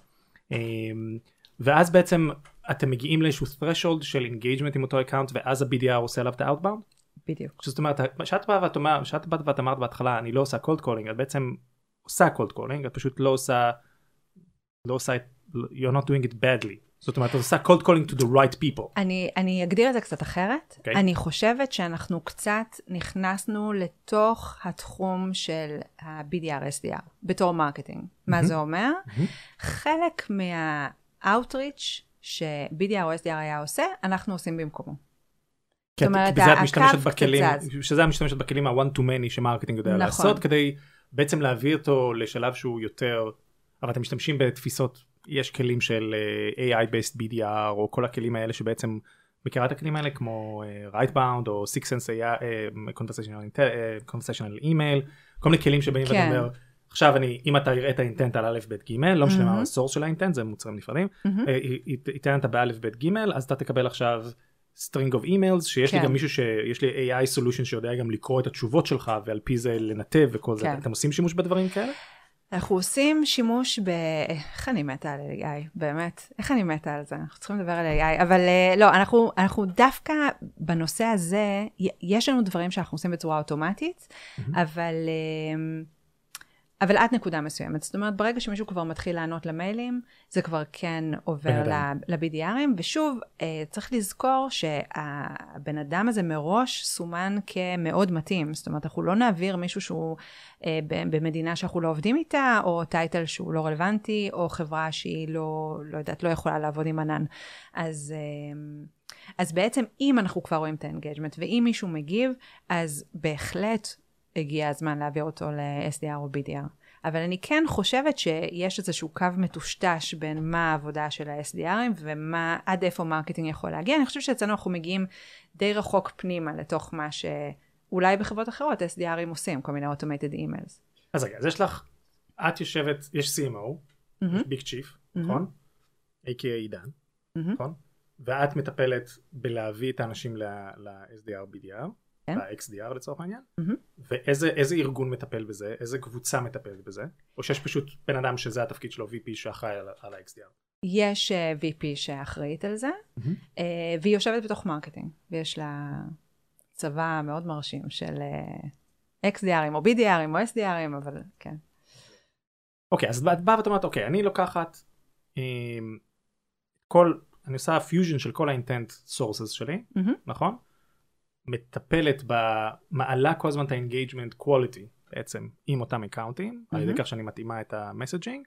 ואז בעצם אתם מגיעים לאיזשהו threshold של engagement עם אותו אקאונט, ואז ה-בי די אר עושה עליו את ה-outbound? בדיוק. זאת אומרת, שאת באת ואת אומרת, שאת באת ואת אמרת בהתחלה, אני לא עושה cold calling, את בעצם עושה cold calling, את פשוט לא עושה, לא עושה, you're not doing it badly. זאת אומרת, את עושה cold calling to the right people. אני, אני אגדיר את זה קצת אחרת. Okay. אני חושבת שאנחנו קצת נכנסנו לתוך התחום של ה-בי די אר אס די אר, בתור מרקטינג. Mm-hmm. מה זה אומר? Mm-hmm. חלק מה-outreach ש-בי די אר או אס די אר היה עושה, אנחנו עושים במקומו. זאת אומרת, הקו קצת. שזה המשתמשת בכלים ה-one to many שמרקטינג יודע נכון. לעשות, כדי בעצם להביא אותו לשלב שהוא יותר, אבל אתם משתמשים בתפיסות, יש כלים של איי איי based בי די אר, או כל הכלים האלה שבעצם, מכירה את הכלים האלה, כמו uh, Rightbound, או SixSense איי איי, uh, Conversational, uh, Conversational Email, כל מיני כלים שבאים כן. ואתה אומר, עכשיו אני, אם אתה יראה את האינטנט על א' ב' ג', לא משנה מה הסורס של האינטנט, זה מוצרים נפרדים, איתנת בא' ב' ג', אז אתה תקבל עכשיו string of emails, שיש לי גם מישהו שיש לי איי איי solution שיודע גם לקרוא את התשובות שלך, ועל פי זה לנתב וכל זה. אתם עושים שימוש בדברים כאלה? אנחנו עושים שימוש ב... איך אני מתה על איי איי? באמת? איך אני מתה על זה? אנחנו צריכים לדבר על איי איי, אבל לא, אנחנו, אנחנו דווקא בנושא הזה, יש לנו דברים שאנחנו עושים בצורה אוטומטית, אבל... אבל עד נקודה מסוימת. זאת אומרת, ברגע שמישהו כבר מתחיל לענות למיילים, זה כבר כן עובר ל-בי די ארים, ושוב, צריך לזכור שהבן אדם הזה מראש סומן כמאוד מתאים. זאת אומרת, אנחנו לא נעביר מישהו שהוא במדינה שאנחנו לא עובדים איתה, או טייטל שהוא לא רלוונטי, או חברה שהיא לא, לא יודעת, לא יכולה לעבוד עם ענן. אז... אז בעצם, אם אנחנו כבר רואים את האנגייג'מנט, ואם מישהו מגיב, אז בהחלט הגיע הזמן להעביר אותו ל-אס די אר או בי די אר. אבל אני כן חושבת שיש איזשהו קו מטושטש בין מה העבודה של ה-אס די ארים, ומה, עד איפה מרקטינג יכול להגיע. אני חושבת שאצלנו אנחנו מגיעים די רחוק פנימה לתוך מה ש... אולי בחברות אחרות אס די ארים עושים, כל מיני automated emails. אז רגע, אז יש לך, את יושבת, יש סי אם או, ביג צ'יף, נכון? איי קיי איי עידן, נכון? ואת מטפלת בלהביא את האנשים ל-אס די אר בי די אר, ל-אקס די אר לצורך העניין, ואיזה ארגון מטפל בזה, איזה קבוצה מטפלת בזה, או שיש פשוט בן אדם שזה התפקיד שלו, וי פי שאחראי על ה-אקס די אר. יש וי פי שאחראית על זה, והיא יושבת בתוך מרקטינג, ויש לה צבא מאוד מרשים של אקס די ארים, או בי די ארים, או אס די ארים, אבל כן. אוקיי, אז את באה ואת אומרת, אוקיי, אני לוקחת כל, אני עושה פיוז'ן של כל ה-intent sources שלי, נכון? מטפלת במעלה כל הזמן את ה-engagement quality בעצם עם אותם אקאונטים, על ידי כך שאני מתאימה את המסג'ינג,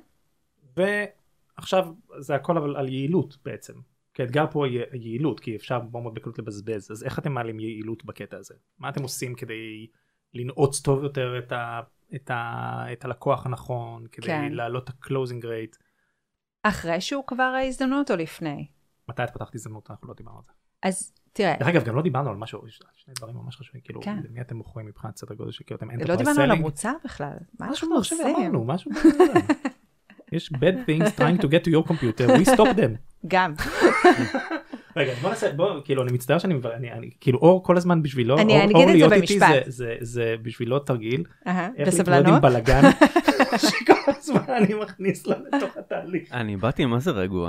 ועכשיו זה הכל על, על יעילות בעצם, כי האתגר פה היא יעילות, כי אפשר מאוד בקלות לבזבז, אז איך אתם מעלים יעילות בקטע הזה? מה אתם עושים כדי לנעוץ טוב יותר את, ה, את, ה, את הלקוח הנכון, כדי כן. להעלות את ה-closing rate? אחרי שהוא כבר ההזדמנות או לפני? מתי את פתחת הזדמנות? אנחנו לא דיברנו על זה. אז תראה. דרך אגב, גם לא דיברנו על משהו, שני דברים ממש חשובים, כאילו, למי אתם מוכרים מבחינת סדר גודל שכאילו אתם enterprise selling? לא דיברנו על המוצר בכלל, מה אנחנו עושים? אמרנו, משהו בזה. יש bad things trying to get to your computer, we stop them. גם. רגע, בוא נעשה, בוא, כאילו, אני מצטער שאני, אני, כאילו, אור כל הזמן בשבילו, אני אגיד את זה במשפט. זה בשבילו תרגיל. בסבלנות. איך להתמודד עם בלגן, שכל הזמן אני מכניס לה לתוך התהליך. אני באתי מה זה רגוע.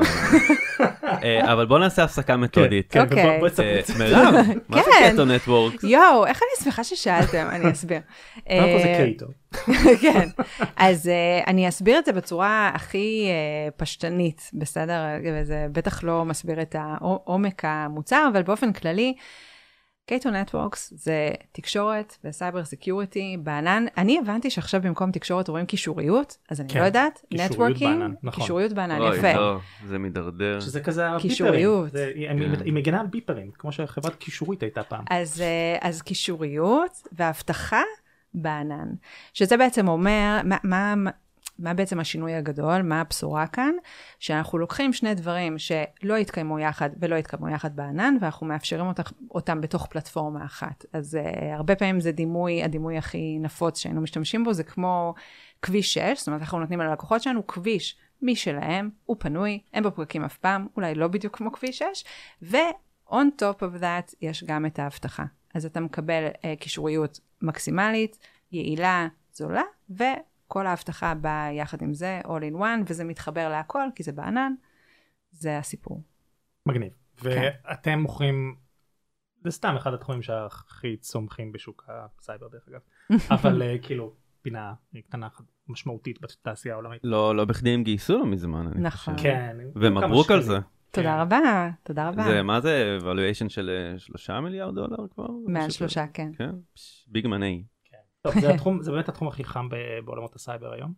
אבל בוא נעשה הפסקה מתודית. כן, כן, בוא תספר. מירב, מה זה קייטו נטוורקס? יואו, איך אני שמחה ששאלתם, אני אסביר. קודם כל זה קייטו. כן, אז אני אסביר את זה בצורה הכי פשטנית, בסדר? וזה בטח לא מסביר את העומק המוצר, אבל באופן כללי, קייטו נטוורקס זה תקשורת וסייבר סקיוריטי בענן. אני הבנתי שעכשיו במקום תקשורת רואים קישוריות, אז אני לא יודעת, נטוורקינג, קישוריות בענן, יפה. אוי, לא, זה מדרדר. שזה כזה הביפרים. קישוריות. היא מגנה על ביפרים, כמו שחברת קישורית הייתה פעם. אז קישוריות והבטחה בענן, שזה בעצם אומר, מה... מה בעצם השינוי הגדול, מה הבשורה כאן, שאנחנו לוקחים שני דברים שלא יתקיימו יחד ולא יתקיימו יחד בענן, ואנחנו מאפשרים אותם, אותם בתוך פלטפורמה אחת. אז uh, הרבה פעמים זה דימוי, הדימוי הכי נפוץ שהיינו משתמשים בו, זה כמו כביש שש, זאת אומרת, אנחנו נותנים על הלקוחות שלנו כביש משלהם, הוא פנוי, אין בפרקים אף פעם, אולי לא בדיוק כמו כביש שש, ו-on top of that יש גם את ההבטחה. אז אתה מקבל uh, קישוריות מקסימלית, יעילה, זולה, ו... כל ההבטחה באה יחד עם זה, all in one, וזה מתחבר להכל, כי זה בענן, זה הסיפור. מגניב. ואתם מוכרים, זה סתם אחד התחומים שהכי צומחים בשוק הסייבר דרך אגב, אבל כאילו, פינה קטנה משמעותית בתעשייה העולמית. לא, לא בכדי הם גייסו לו מזמן, אני נכון. חושב. כן. ומברוק על זה. תודה רבה, תודה רבה. זה, מה זה, valuation של שלושה מיליארד דולר כבר? מעל שלושה, כן. כן, ביג מני. טוב, זה, התחום, זה באמת התחום הכי חם בעולמות הסייבר היום.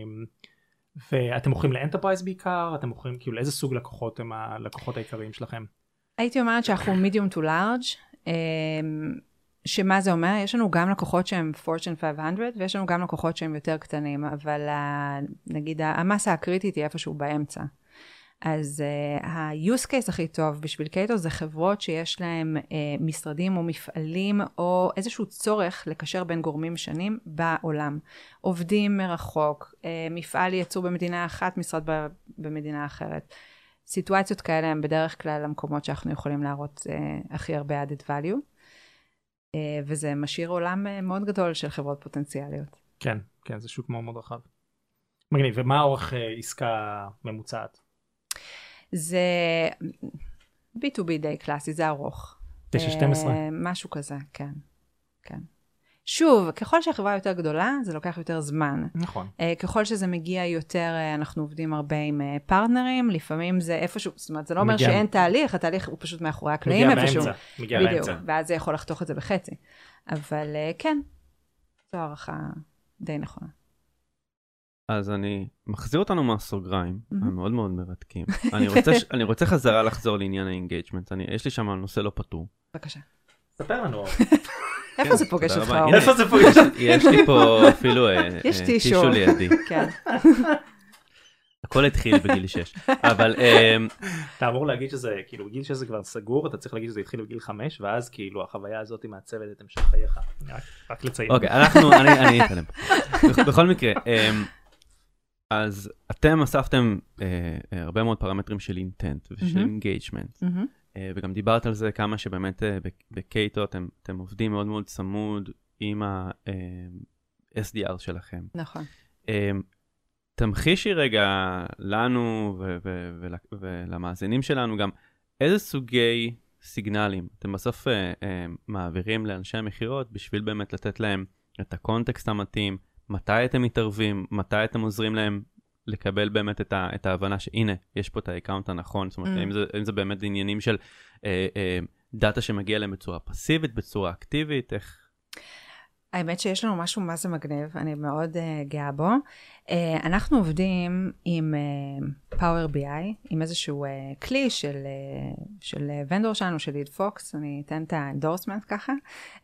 ואתם מוכרים לאנטרפרייז בעיקר? אתם מוכרים, כאילו, איזה סוג לקוחות הם הלקוחות העיקריים שלכם? הייתי אומרת שאנחנו medium to large, שמה זה אומר? יש לנו גם לקוחות שהם Fortune חמש מאות, ויש לנו גם לקוחות שהם יותר קטנים, אבל נגיד, המסה הקריטית היא איפשהו באמצע. אז uh, ה-use case הכי טוב בשביל קייטו זה חברות שיש להם uh, משרדים או מפעלים או איזשהו צורך לקשר בין גורמים שונים בעולם. עובדים מרחוק, uh, מפעל ייצור במדינה אחת, משרד ב- במדינה אחרת. סיטואציות כאלה הם בדרך כלל המקומות שאנחנו יכולים להראות uh, הכי הרבה added value, uh, וזה משאיר עולם uh, מאוד גדול של חברות פוטנציאליות. כן, כן, זה שוק מאוד מאוד רחב. מגניב, ומה האורך uh, עסקה ממוצעת? זה בי טו בי די קלאסי, זה ארוך. תשע שתים עשרה. משהו כזה, כן. כן. שוב, ככל שהחברה יותר גדולה, זה לוקח יותר זמן. נכון. ככל שזה מגיע יותר, אנחנו עובדים הרבה עם פרטנרים, לפעמים זה איפשהו, זאת אומרת, זה לא אומר שאין תהליך, התהליך הוא פשוט מאחורי הקלעים איפשהו. מגיע באמצע, מגיע באמצע. ואז זה יכול לחתוך את זה בחצי. אבל כן, זו הערכה די נכונה. אז אני מחזיר אותנו מהסוגריים, הם מאוד מאוד מרתקים. אני רוצה, אני רוצה חזרה לחזור לעניין האינגייג'מנט. יש לי שם נושא לא פתור. בבקשה. ספר לנו. איפה זה פוגש אותך? איפה זה פוגש אותך? יש לי פה אפילו טישו לידי. כן. הכל התחיל בגיל שש, אבל אתה אמור להגיד שזה, כאילו בגיל שש זה כבר סגור, אתה צריך להגיד שזה התחיל בגיל חמש, ואז כאילו החוויה הזאת מעצבת את המשך חייך, רק לציין. אוקיי, אנחנו, אני אתקדם. בכל מקרה, אז אתם אספתם הרבה מאוד פרמטרים של אינטנט ושל אינגייג'מנט, וגם דיברת על זה כמה שבאמת בקייטו אתם עובדים מאוד מאוד צמוד עם ה-אס די אר שלכם. נכון. תמחישי רגע לנו ולמאזינים שלנו גם איזה סוגי סיגנלים אתם בסוף מעבירים לאנשי המחירות בשביל באמת לתת להם את הקונטקסט המתאים, מתי אתם מתערבים, מתי אתם עוזרים להם לקבל באמת את, ה, את ההבנה שהנה, יש פה את האקאונט הנכון, זאת אומרת, mm. אם, זה, אם זה באמת עניינים של אה, אה, דאטה שמגיע להם בצורה פסיבית, בצורה אקטיבית, איך... האמת שיש לנו משהו מה זה מגניב, אני מאוד uh, גאה בו. Uh, אנחנו עובדים עם uh, Power בי איי, עם איזשהו uh, כלי של, uh, של uh, ונדור שלנו, של ליד פוקס, אני אתן את האנדורסמנט ככה, uh,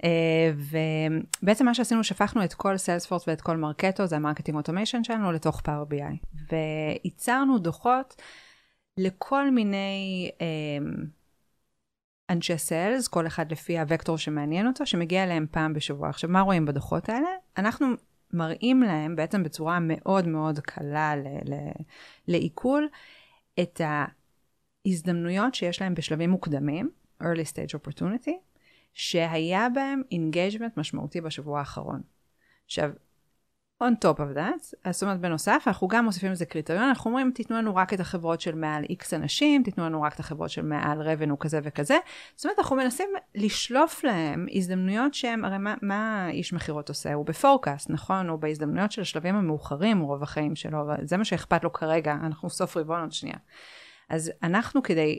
ובעצם מה שעשינו, שפכנו את כל סיילספורס ואת כל מרקטו, זה המרקטינג אוטומיישן שלנו, לתוך Power בי איי, וייצרנו דוחות לכל מיני... Uh, אנשי סיילס, כל אחד לפי הוקטור שמעניין אותו, שמגיע אליהם פעם בשבוע. עכשיו, מה רואים בדוחות האלה? אנחנו מראים להם בעצם בצורה מאוד מאוד קלה ל- ל- לעיכול, את ההזדמנויות שיש להם בשלבים מוקדמים, early stage opportunity, שהיה בהם engagement משמעותי בשבוע האחרון. עכשיו, on top of that, זאת אומרת בנוסף, אנחנו גם מוסיפים לזה קריטריון, אנחנו אומרים, תיתנו לנו רק את החברות של מעל X אנשים, תיתנו לנו רק את החברות של מעל revenue כזה וכזה, זאת אומרת, אנחנו מנסים לשלוף להם הזדמנויות שהם, הרי מה, מה איש מחירות עושה? הוא בפורקאסט, נכון? הוא בהזדמנויות של השלבים המאוחרים, רוב החיים שלו, זה מה שאכפת לו כרגע, אנחנו סוף רבעון עוד שנייה. אז אנחנו כדי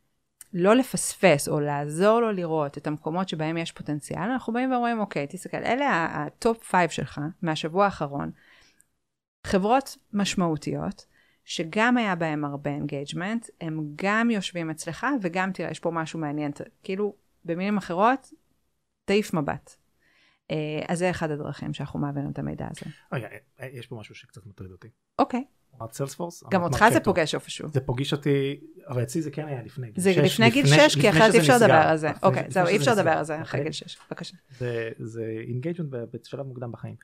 לא לפספס או לעזור לו לראות את המקומות שבהם יש פוטנציאל, אנחנו באים ואומרים, אוקיי, תסתכל, אלה הטופ פייב שלך מהשבוע האחרון, חברות משמעותיות, שגם היה בהם הרבה אינגייג'מנט, הם גם יושבים אצלך, וגם תראה, יש פה משהו מעניין, כאילו, במילים אחרות, תעיף מבט. אז זה אחד הדרכים שאנחנו מעבירים את המידע הזה. רגע, יש פה משהו שקצת מטריד אותי. אוקיי. אמרת סיילספורס? גם אותך זה פוגש איפשהו. זה פוגש אותי, אבל אצלי זה כן היה לפני גיל שש. זה לפני גיל שש, כי אחרת אי אפשר לדבר על זה. אוקיי, זהו, אי אפשר לדבר על זה אחרי גיל שש. בבקשה. זה אינגייג'מנט בשלב מוקדם בחיים.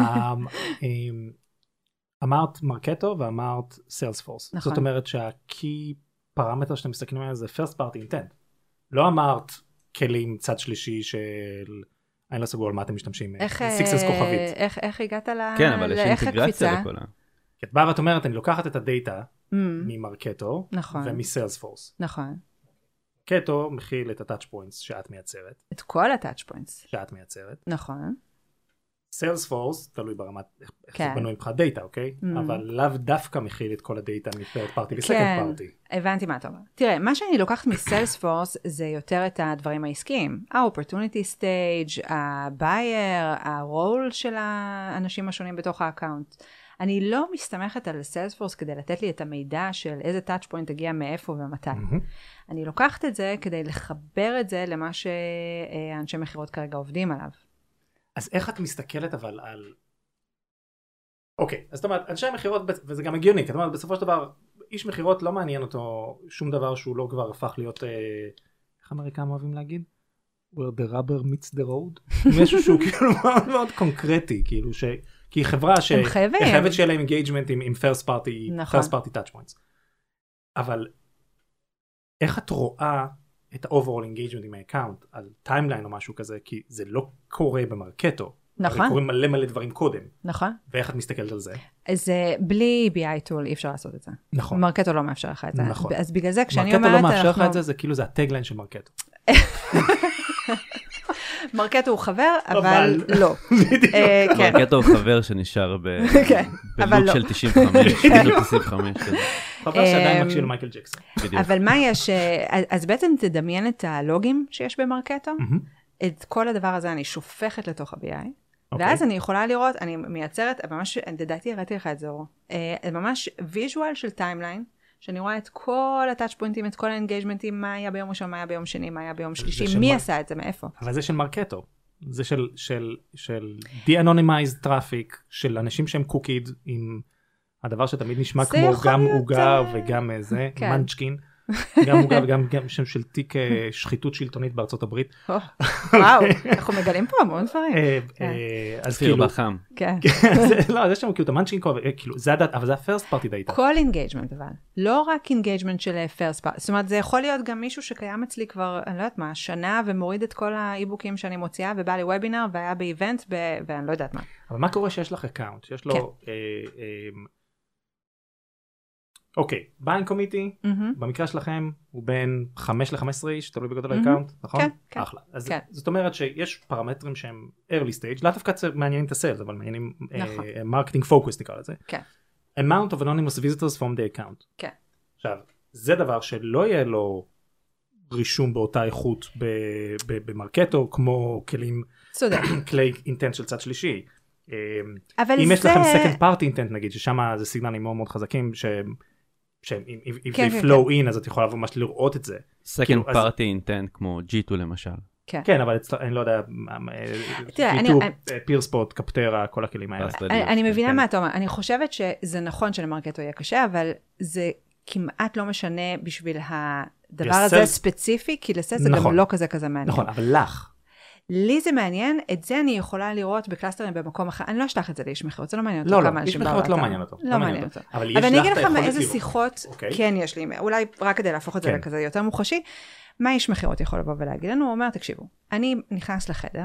אמרת מרקטו ואמרת סיילספורס. זאת אומרת שהקי פרמטר שאתם מסתכלים עליו זה first party intent. לא אמרת כלים צד שלישי של... אני לא סגור על מה אתם משתמשים. סיקסס כוכבית. איך הגעת ל... כן, אבל יש אינטגרציה לכל ה... כי את באה ואת אומרת, אני לוקחת את הדאטה ממרקטו ומסיילספורס. נכון. מרקטו מכיל את הטאץ' פוינטס שאת מייצרת. את כל הטאץ' פוינטס. שאת מייצרת. נכון. סיילספורס, תלוי ברמת, איך זה בנוי מבחינת דאטה, אוקיי? אבל לאו דווקא מכיל את כל הדאטה מפרד פארטי לסקנד פארטי. הבנתי מה אתה אומר. תראה, מה שאני לוקחת מסיילספורס זה יותר את הדברים העסקיים. ה-opportunity stage, ה-buyer, ה-role של האנשים השונים בתוך האקאונט. אני לא מסתמכת על סיילספורס כדי לתת לי את המידע של איזה טאץ' פוינט הגיע מאיפה ומתי. אני לוקחת את זה כדי לחבר את זה למה שאנשי מחירות כרגע עובדים עליו. אז איך את מסתכלת אבל על... אוקיי, אז זאת אומרת, אנשי המחירות, וזה גם הגיוני, כי זאת אומרת, בסופו של דבר, איש מחירות לא מעניין אותו שום דבר שהוא לא כבר הפך להיות, איך אמריקאים אוהבים להגיד? where the rubber meets the road? משהו שהוא כאילו מאוד מאוד קונקרטי, כאילו ש... כי היא חברה ש... הם חייבים. היא חייבת שיהיה להם engagement עם, עם first party, נכון. first party touch points. אבל איך את רואה את ה-overall engagement עם האקאונט על טיימליין או משהו כזה, כי זה לא קורה במרקטו. נכון. הרי קוראים מלא מלא דברים קודם. נכון. ואיך את מסתכלת על זה? אז בלי בי איי tool אי אפשר לעשות את זה. נכון. מרקטו לא מאפשר לך את זה. נכון. אז בגלל זה כשאני אומרת... מרקטו לא מאפשר לך את זה, זה כאילו זה הטגליין של מרקטו. מרקטו הוא חבר, אבל לא. מרקטו הוא חבר שנשאר בלוק של תשעים וחמש, תשעים וחמש. חבר שעדיין מקשיב למייקל ג'קסון. אבל מה יש, אז בעצם תדמיין את הלוגים שיש במרקטו, את כל הדבר הזה אני שופכת לתוך ה-בי איי, ואז אני יכולה לראות, אני מייצרת, ממש, לדעתי הראיתי לך את זה אור, ממש ויז'ואל של טיימליין, שאני רואה את כל הטאץ' פוינטים, את כל האנגייג'מנטים, מה היה ביום ראשון, מה היה ביום שני, מה היה ביום שלישי, מי עשה את זה, מאיפה? אבל זה של מרקטו, זה של, של, של de-anonymized traffic, של אנשים שהם קוקיד עם הדבר שתמיד נשמע כמו גם עוגה וגם זה, מנצ'קין, גם עוגה וגם שם של תיק שחיתות שלטונית בארצות הברית. וואו, אנחנו מגלים פה המון דברים. אז כאילו, בחם. לא, זה שם כאילו, המנצ'קין, אבל זה ה-first party data. כל אינגייג'מנט אבל, לא רק אינגייג'מנט של first party, זאת אומרת, זה יכול להיות גם מישהו שקיים אצלי כבר, אני לא יודעת מה, שנה, ומוריד את כל האי-בוקים שאני מוציאה, ובא לי וובינר, והיה באיבנט, ואני לא יודעת מה. אבל מה קורה שיש לך אקאונט? שיש לו... אוקיי, ביינג קומיטי, במקרה שלכם הוא בין חמש ל-חמש עשרה איש, תלוי בגודל האקאונט, נכון? כן, כן. אחלה. אז זאת אומרת שיש פרמטרים שהם early stage, לא דווקא מעניינים את הסיילס, אבל מעניינים מרקטינג פוקוס נקרא לזה. כן. amount of anonymous visitors from the account. כן. עכשיו, זה דבר שלא יהיה לו רישום באותה איכות במרקטו, כמו כלים, כלי אינטנט של צד שלישי. אם יש לכם second party intent נגיד, ששם זה סיגנלים מאוד מאוד חזקים, שהם, if they flow in, אז את יכולה ממש לראות את זה. second party intent כמו ג'י טו למשל. כן, אבל אני לא יודע, פירספוט, קפטרה, כל הכלים האלה. אני מבינה מה אתה אומר, אני חושבת שזה נכון שלמרקטו יהיה קשה, אבל זה כמעט לא משנה בשביל הדבר הזה ספציפי, כי לסס זה גם לא כזה כזה מעניין. נכון, אבל לך. לי זה מעניין, את זה אני יכולה לראות בקלאסטרים במקום אחר, אני לא אשלח את זה לאיש מכירות, זה לא מעניין אותו לא, כמה לא, אנשים איש מכירות לא מעניין אותו. לא מעניין אותו. אבל אבל אני אגיד לך איזה שיחות כן יש לי, אולי רק כדי להפוך את זה לכזה יותר מוחשי, מה איש מכירות יכול לבוא ולהגיד לנו? הוא אומר, תקשיבו, אני נכנס לחדר,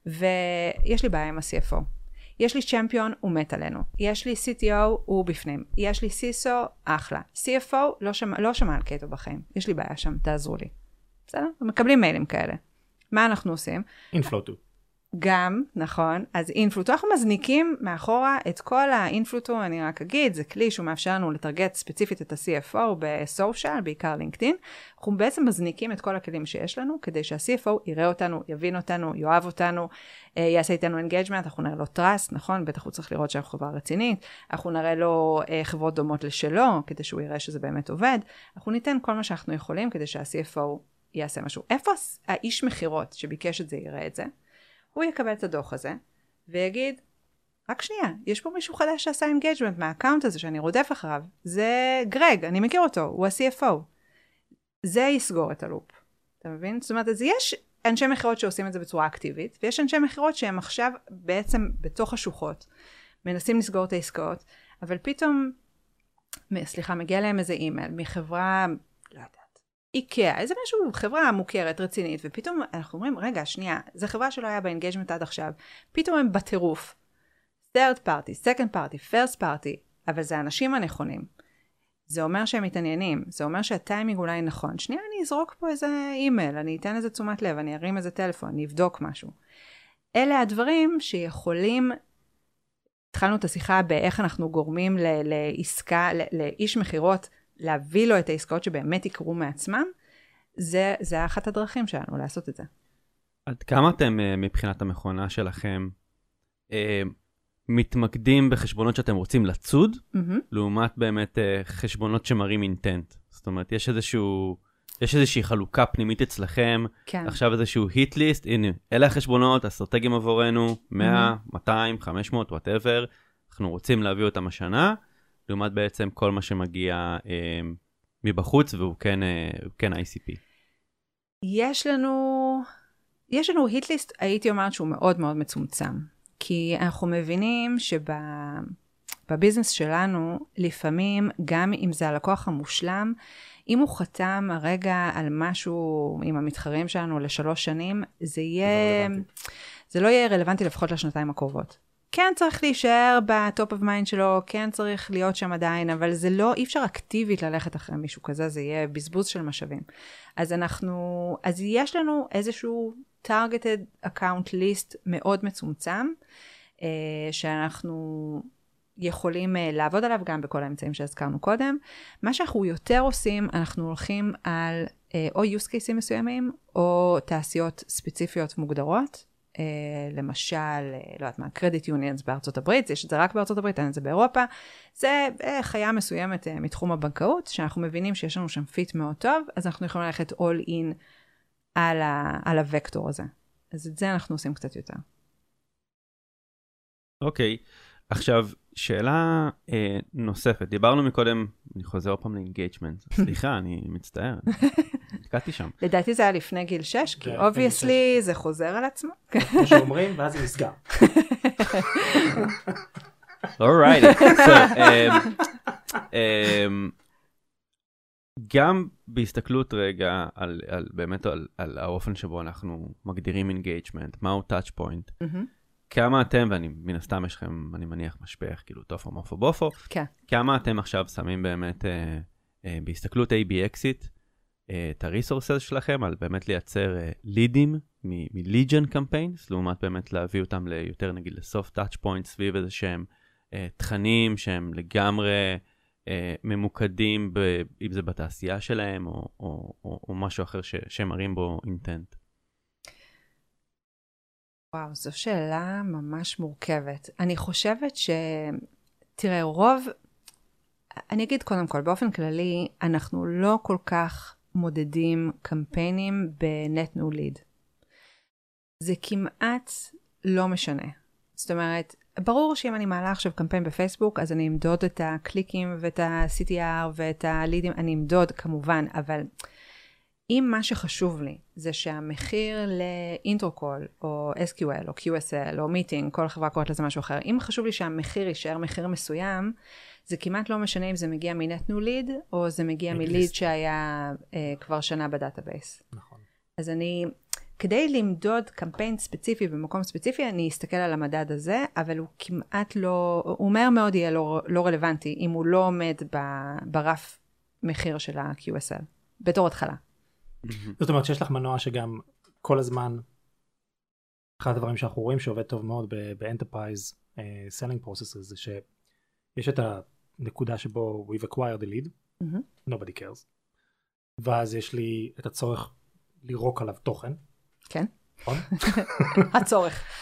ויש לי בעיה עם ה-סי אף או. יש לי צ'מפיון, הוא מת עלינו. יש לי סי טי או, הוא בפנים. יש לי סיסו, אחלה. סי אף או, לא שמע, לא שמע על קייטו בחיים. יש לי בעיה שם, תעזרו לי. בסדר? ומקבלים מיילים כאלה. מה אנחנו עושים? אינפלוטו. גם, נכון. אז אינפלוטו, אנחנו מזניקים מאחורה את כל האינפלוטו, אני רק אגיד, זה כלי שהוא מאפשר לנו לטרגט ספציפית את ה-סי אף או בסושיאל, בעיקר לינקדין. אנחנו בעצם מזניקים את כל הכלים שיש לנו, כדי שה-סי אף או יראה אותנו, יבין אותנו, יאהב אותנו, יעשה איתנו אינגייג'מנט, אנחנו נראה לו טראסט, נכון? בטח הוא צריך לראות שאנחנו חברה רצינית, אנחנו נראה לו חברות דומות לשלו, כדי שהוא יראה שזה באמת עובד. אנחנו ניתן כל מה שאנחנו יכולים, כדי שה-סי אף או יעשה משהו. איפה האיש מחירות שביקש את זה יראה את זה? הוא יקבל את הדוח הזה, ויגיד, רק שנייה, יש פה מישהו חדש שעשה אינגייג'מנט מהאקאונט הזה שאני רודף אחריו. זה גרג, אני מכיר אותו, הוא ה-סי אף או. זה יסגור את הלופ. אתה מבין? זאת אומרת, אז יש אנשי מחירות שעושים את זה בצורה אקטיבית, ויש אנשי מחירות שהם עכשיו בעצם בתוך השוחות, מנסים לסגור את העסקאות, אבל פתאום, סליחה, מגיע להם איזה אימייל מחברה, לא יודעת, איקאה, איזה משהו, חברה מוכרת, רצינית, ופתאום אנחנו אומרים, רגע, שנייה, זו חברה שלא היה באנגייג'מנט עד עכשיו, פתאום הם בטירוף, third party, second party, first party, אבל זה האנשים הנכונים. זה אומר שהם מתעניינים, זה אומר שהטיימינג אולי נכון. שנייה, אני אזרוק פה איזה אימייל, אני אתן איזה תשומת לב, אני ארים איזה טלפון, אני אבדוק משהו. אלה הדברים שיכולים, התחלנו את השיחה באיך אנחנו גורמים לעסקה, לאיש מחירות, להביא לו את העסקאות שבאמת יקרו מעצמם, זה, זה אחת הדרכים שלנו לעשות את זה. עד כמה אתם מבחינת המכונה שלכם, מתמקדים בחשבונות שאתם רוצים לצוד, mm-hmm. לעומת באמת uh, חשבונות שמראים אינטנט. זאת אומרת, יש איזשהו, יש איזושהי חלוקה פנימית אצלכם, כן. עכשיו איזשהו היט ליסט, הנה, אלה החשבונות, אסטרטגיים עבורנו, מאה, mm-hmm. מאתיים, חמש מאות, whatever, אנחנו רוצים להביא אותם השנה, לעומת בעצם כל מה שמגיע uh, מבחוץ, והוא כן, uh, כן איי סי פי. יש לנו, יש לנו היט ליסט, הייתי אומרת שהוא מאוד מאוד מצומצם. כי אנחנו מבינים שבביזנס שלנו, לפעמים, גם אם זה הלקוח המושלם, אם הוא חתם הרגע על משהו עם המתחרים שלנו לשלוש שנים, זה יהיה, זה לא יהיה רלוונטי לפחות לשנתיים הקרובות. כן צריך להישאר בטופ אוף מיינד שלו, כן צריך להיות שם עדיין, אבל זה לא, אי אפשר אקטיבית ללכת אחרי מישהו כזה, זה יהיה בזבוז של משאבים. אז אנחנו, אז יש לנו איזשהו targeted account list מאוד מצומצם, שאנחנו יכולים לעבוד עליו גם בכל האמצעים שהזכרנו קודם. מה שאנחנו יותר עושים, אנחנו הולכים על או use cases מסוימים, או תעשיות ספציפיות מוגדרות, למשל, לא יודעת מה, credit unions בארצות הברית, יש את זה רק בארצות הברית, אין את זה באירופה, זה חיה מסוימת מתחום הבנקאות, שאנחנו מבינים שיש לנו שם פיט מאוד טוב, אז אנחנו יכולים ללכת all in על, ה, על הוקטור הזה. אז את זה אנחנו עושים קצת יותר. אוקיי, okay. עכשיו, שאלה אה, נוספת, דיברנו מקודם, אני חוזר עוד פעם לאינגייג'מנט, סליחה, אני מצטער, נתקעתי שם. לדעתי זה היה לפני גיל שש, כי obviously זה חוזר על עצמו. כמו שאומרים, ואז זה נסגר. Alrighty, so, um, um, גם בהסתכלות רגע על, על באמת על, על האופן שבו אנחנו מגדירים engagement, מהו touch point, Mm-hmm. כמה אתם, ואני מן הסתם יש לכם, אני מניח משפך, כאילו טופו מופו בופו, כן. כמה אתם עכשיו שמים באמת אה, אה, בהסתכלות A B Exit, אה, את הריסורסס שלכם, על באמת לייצר אה, לידים מ-lead gen campaigns, לעומת באמת להביא אותם ליותר נגיד לסוף touch point סביב איזה שהם אה, תכנים שהם לגמרי אה, ממוקדים, ב, אם זה בתעשייה שלהם, או, או, או, או משהו אחר ש, שמראים בו intent. וואו, זו שאלה ממש מורכבת. אני חושבת ש... תראה, רוב... אני אגיד קודם כל, באופן כללי, אנחנו לא כל כך מודדים קמפיינים ב-Net New Lead. זה כמעט לא משנה. זאת אומרת, ברור שאם אני מעלה עכשיו קמפיין בפייסבוק, אז אני אמדוד את הקליקים ואת ה-C T R ואת הלידים, אני אמדוד כמובן, אבל... אם מה שחשוב לי זה שהמחיר לאינטרוקול או S Q L או Q S L או מיטינג, כל חברה קוראת לזה משהו אחר, אם חשוב לי שהמחיר יישאר מחיר מסוים, זה כמעט לא משנה אם זה מגיע מ-Net New Lead או זה מגיע מ-Lead שהיה אה, כבר שנה בדאטאבייס. נכון. אז אני, כדי למדוד קמפיין ספציפי במקום ספציפי, אני אסתכל על המדד הזה, אבל הוא כמעט לא, הוא מהר מאוד יהיה לא, לא רלוונטי אם הוא לא עומד ברף מחיר של ה-Q S L, בתור התחלה. זאת אומרת שיש לך מנוע שגם כל הזמן, אחד הדברים שאנחנו רואים שעובד טוב מאוד ב-Enterprise uh, Selling Processes זה שיש את הנקודה שבו we've acquired the lead, mm-hmm. nobody cares, ואז יש לי את הצורך לירוק עליו תוכן. כן. נכון? הצורך.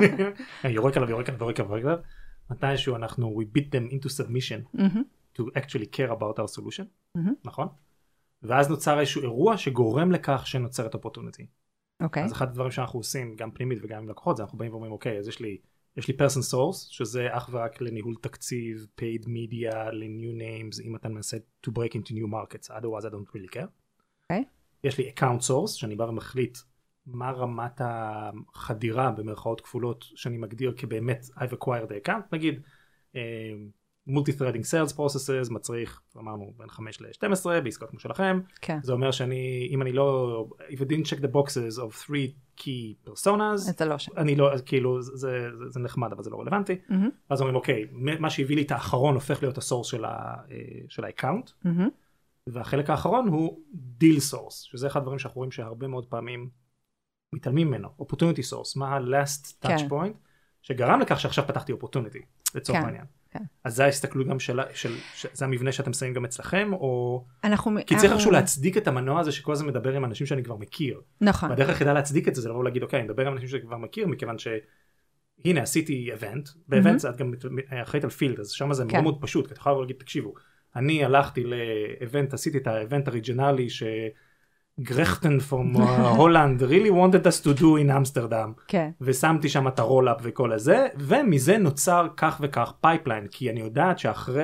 יורק עליו, יורק עליו, יורק עליו, יורק עליו. מתישהו אנחנו, we beat them into submission mm-hmm. to actually care about our solution, mm-hmm. נכון? ואז נוצר איזשהו אירוע שגורם לכך שנוצרת אופורטוניטי. אוקיי. אז אחד הדברים שאנחנו עושים, גם פנימית וגם עם לקוחות, זה אנחנו באים ואומרים, אוקיי, אז יש לי, יש לי person source, שזה אך ורק לניהול תקציב, paid media, ל-new names, אם אתה מנסה to break into new markets, otherwise I don't really care. אוקיי. יש לי account source, שאני בא ומחליט מה רמת החדירה, במרכאות כפולות, שאני מגדיר כבאמת I've acquired the account, נגיד, multi-threading sales processes, מצריך, אמרנו, בין חמש ל-שתים עשרה, בעסקאות כמו שלכם. כן. זה אומר שאני, אם אני לא, if I didn't check the boxes of three key personas, אתה לא שם. אני לא, כאילו, זה, זה, זה נחמד, אבל זה לא רלוונטי. Mm-hmm. אז אומרים, אוקיי, מה שהביא לי את האחרון הופך להיות הסורס של ה, של האקאונט, mm-hmm. והחלק האחרון הוא deal source, שזה אחד הדברים שאנחנו רואים שהרבה מאוד פעמים מתעלמים ממנו, opportunity source, מה ה-last touch כן. point, שגרם לכך שעכשיו פתחתי opportunity, לצורך כן. העניין. כן. אז זה ההסתכלות גם של, של, של, זה המבנה שאתם שמים גם אצלכם, או... אנחנו... כי צריך איכשהו להצדיק את המנוע הזה שכל הזמן מדבר עם אנשים שאני כבר מכיר. נכון. והדרך היחידה להצדיק את זה, זה לבוא להגיד, אוקיי, אני מדבר עם אנשים שאני כבר מכיר, מכיוון שהנה, עשיתי איבנט, באיבנט זה את גם אחראית על פילד, אז שם זה מאוד מאוד פשוט, כי אתה יכול להגיד, תקשיבו, אני הלכתי לאיבנט, עשיתי את האיבנט הריג'נלי ש... גרחטן from הולנד really wanted us to do in אמסטרדם, כן. ושמתי שם את הרולאפ וכל הזה, ומזה נוצר כך וכך פייפליין, כי אני יודעת שאחרי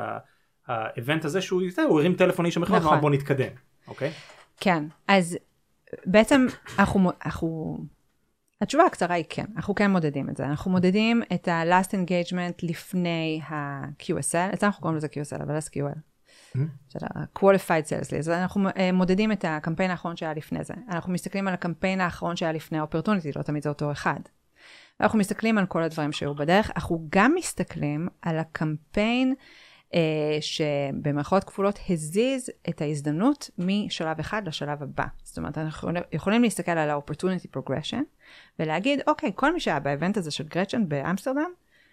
האבנט הזה שהוא הוא הרים טלפון איש המחלות, נכון. בוא נתקדם, אוקיי? כן, אז בעצם אנחנו, אנחנו, התשובה הקצרה היא כן, אנחנו כן מודדים את זה, אנחנו מודדים את ה-last engagement לפני ה-Q S L, אצלנו אנחנו קוראים לזה Q S L, אבל S Q L. של ה-qualified sales leads, אז אנחנו מודדים את הקמפיין האחרון שהיה לפני זה. אנחנו מסתכלים על הקמפיין האחרון שהיה לפני ה-opportunity, לא תמיד זה אותו אחד. אנחנו מסתכלים על כל הדברים שהיו בדרך, אנחנו גם מסתכלים על הקמפיין אה, שבמרכאות כפולות הזיז את ההזדמנות משלב אחד לשלב הבא. זאת אומרת, אנחנו יכולים להסתכל על ה-opportunity progression, ולהגיד, אוקיי, כל מי שהיה באבנט הזה של גרצ'ן באמסטרדם,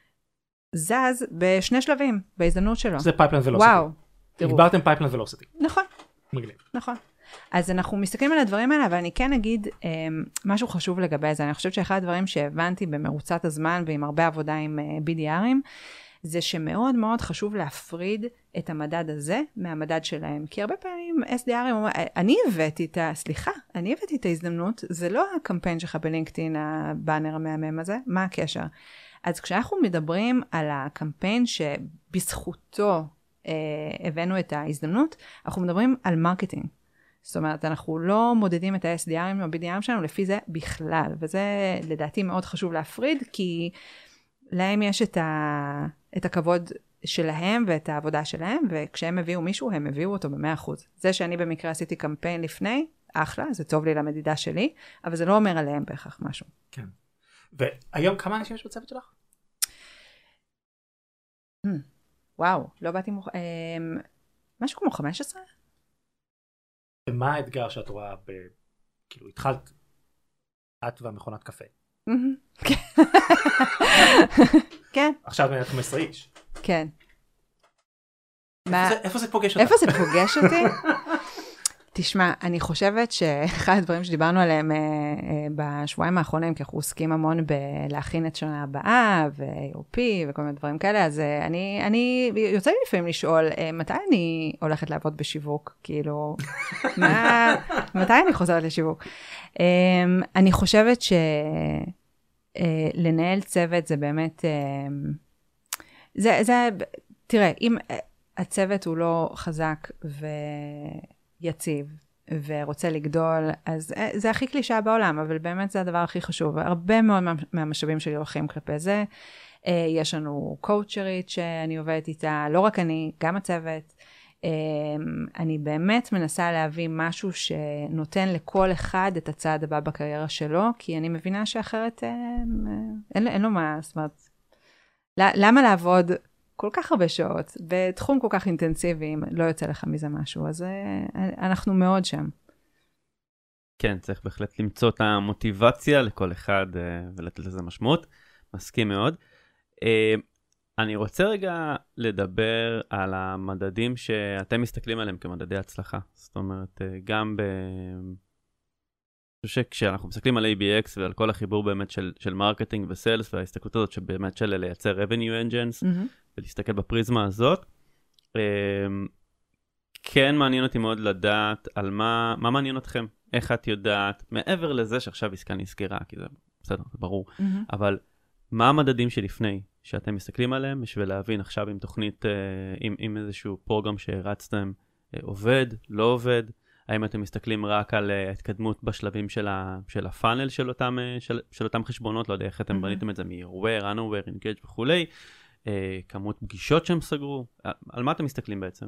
זז בשני שלבים, בהזדמנות שלו. זה pipeline velocity. וואו. הגברתם pipeline velocity. נכון. מגניב. נכון. אז אנחנו מסתכלים על הדברים האלה, אבל אני כן אגיד משהו חשוב לגבי זה. אני חושבת שאחד הדברים שהבנתי במרוצת הזמן, ועם הרבה עבודה עם B D R'ים, זה שמאוד מאוד חשוב להפריד את המדד הזה מהמדד שלהם. כי הרבה פעמים S D R'ים אומרים, אני הבאתי את ה... סליחה, אני הבאתי את ההזדמנות, זה לא הקמפיין שלך בלינקדאין, הבאנר המהמם הזה, מה הקשר? אז כשאנחנו מדברים על הקמפיין שבזכותו אה, הבאנו את ההזדמנות, אנחנו מדברים על מרקטינג. זאת אומרת, אנחנו לא מודדים את ה-אס די ארים או בי די ארים שלנו לפי זה בכלל, וזה לדעתי מאוד חשוב להפריד, כי להם יש את, ה... את הכבוד שלהם ואת העבודה שלהם, וכשהם הביאו מישהו, הם הביאו אותו ב-מאה אחוז. זה שאני במקרה עשיתי קמפיין לפני, אחלה, זה טוב לי למדידה שלי, אבל זה לא אומר עליהם בהכרח משהו. כן. והיום כמה אנשים יש בצוות שלך? וואו, לא באתי מוכ... משהו כמו חמש עשרה? ומה האתגר שאת רואה ב... כאילו, התחלת את והמכונת קפה. כן. עכשיו מנהלת חמש עשרה איש. כן. איפה זה פוגש אותך? איפה זה פוגש אותי? תשמע, אני חושבת שאחד הדברים שדיברנו עליהם בשבועיים האחרונים, כי אנחנו עוסקים המון בלהכין את שנה הבאה, ו-איי או פי וכל מיני דברים כאלה, אז אני, אני יוצא לי לפעמים לשאול, מתי אני הולכת לעבוד בשיווק? כאילו, מה, מתי אני חוזרת לשיווק? אני חושבת שלנהל צוות זה באמת, זה, זה, תראה, אם הצוות הוא לא חזק ו... יציב ורוצה לגדול, אז זה הכי קלישה בעולם, אבל באמת זה הדבר הכי חשוב. הרבה מאוד מהמשאבים שלי הולכים כלפי זה. יש לנו קואוצ'רית שאני עובדת איתה, לא רק אני, גם הצוות. אני באמת מנסה להביא משהו שנותן לכל אחד את הצעד הבא בקריירה שלו, כי אני מבינה שאחרת אין, אין לו מה, זאת אומרת, למה לעבוד כל כך הרבה שעות, בתחום כל כך אינטנסיבי, אם לא יוצא לך מזה משהו, אז אנחנו מאוד שם. כן, צריך בהחלט למצוא את המוטיבציה לכל אחד, ולתת לזה משמעות. מסכים מאוד. אני רוצה רגע לדבר על המדדים שאתם מסתכלים עליהם כמדדי הצלחה. זאת אומרת, גם ב... אני חושב שכשאנחנו מסתכלים על איי בי אקס ועל כל החיבור באמת של, של מרקטינג וסיילס, וההסתכלות הזאת שבאמת של לייצר revenue engines, mm-hmm. ולהסתכל בפריזמה הזאת, כן מעניין אותי מאוד לדעת על מה, מה מעניין אתכם, איך את יודעת, מעבר לזה שעכשיו עסקה נסגרה, כי זה בסדר, זה ברור, mm-hmm. אבל מה המדדים שלפני, שאתם מסתכלים עליהם, בשביל להבין עכשיו עם תוכנית, עם, עם איזשהו פרוגרם שהרצתם, עובד, לא עובד, האם אתם מסתכלים רק על התקדמות בשלבים של, ה, של הפאנל של אותם, של, של אותם חשבונות, לא יודע איך אתם mm-hmm. בניתם את זה מ-Where, Unaware, Engage וכולי, אה, כמות פגישות שהם סגרו, על, על מה אתם מסתכלים בעצם?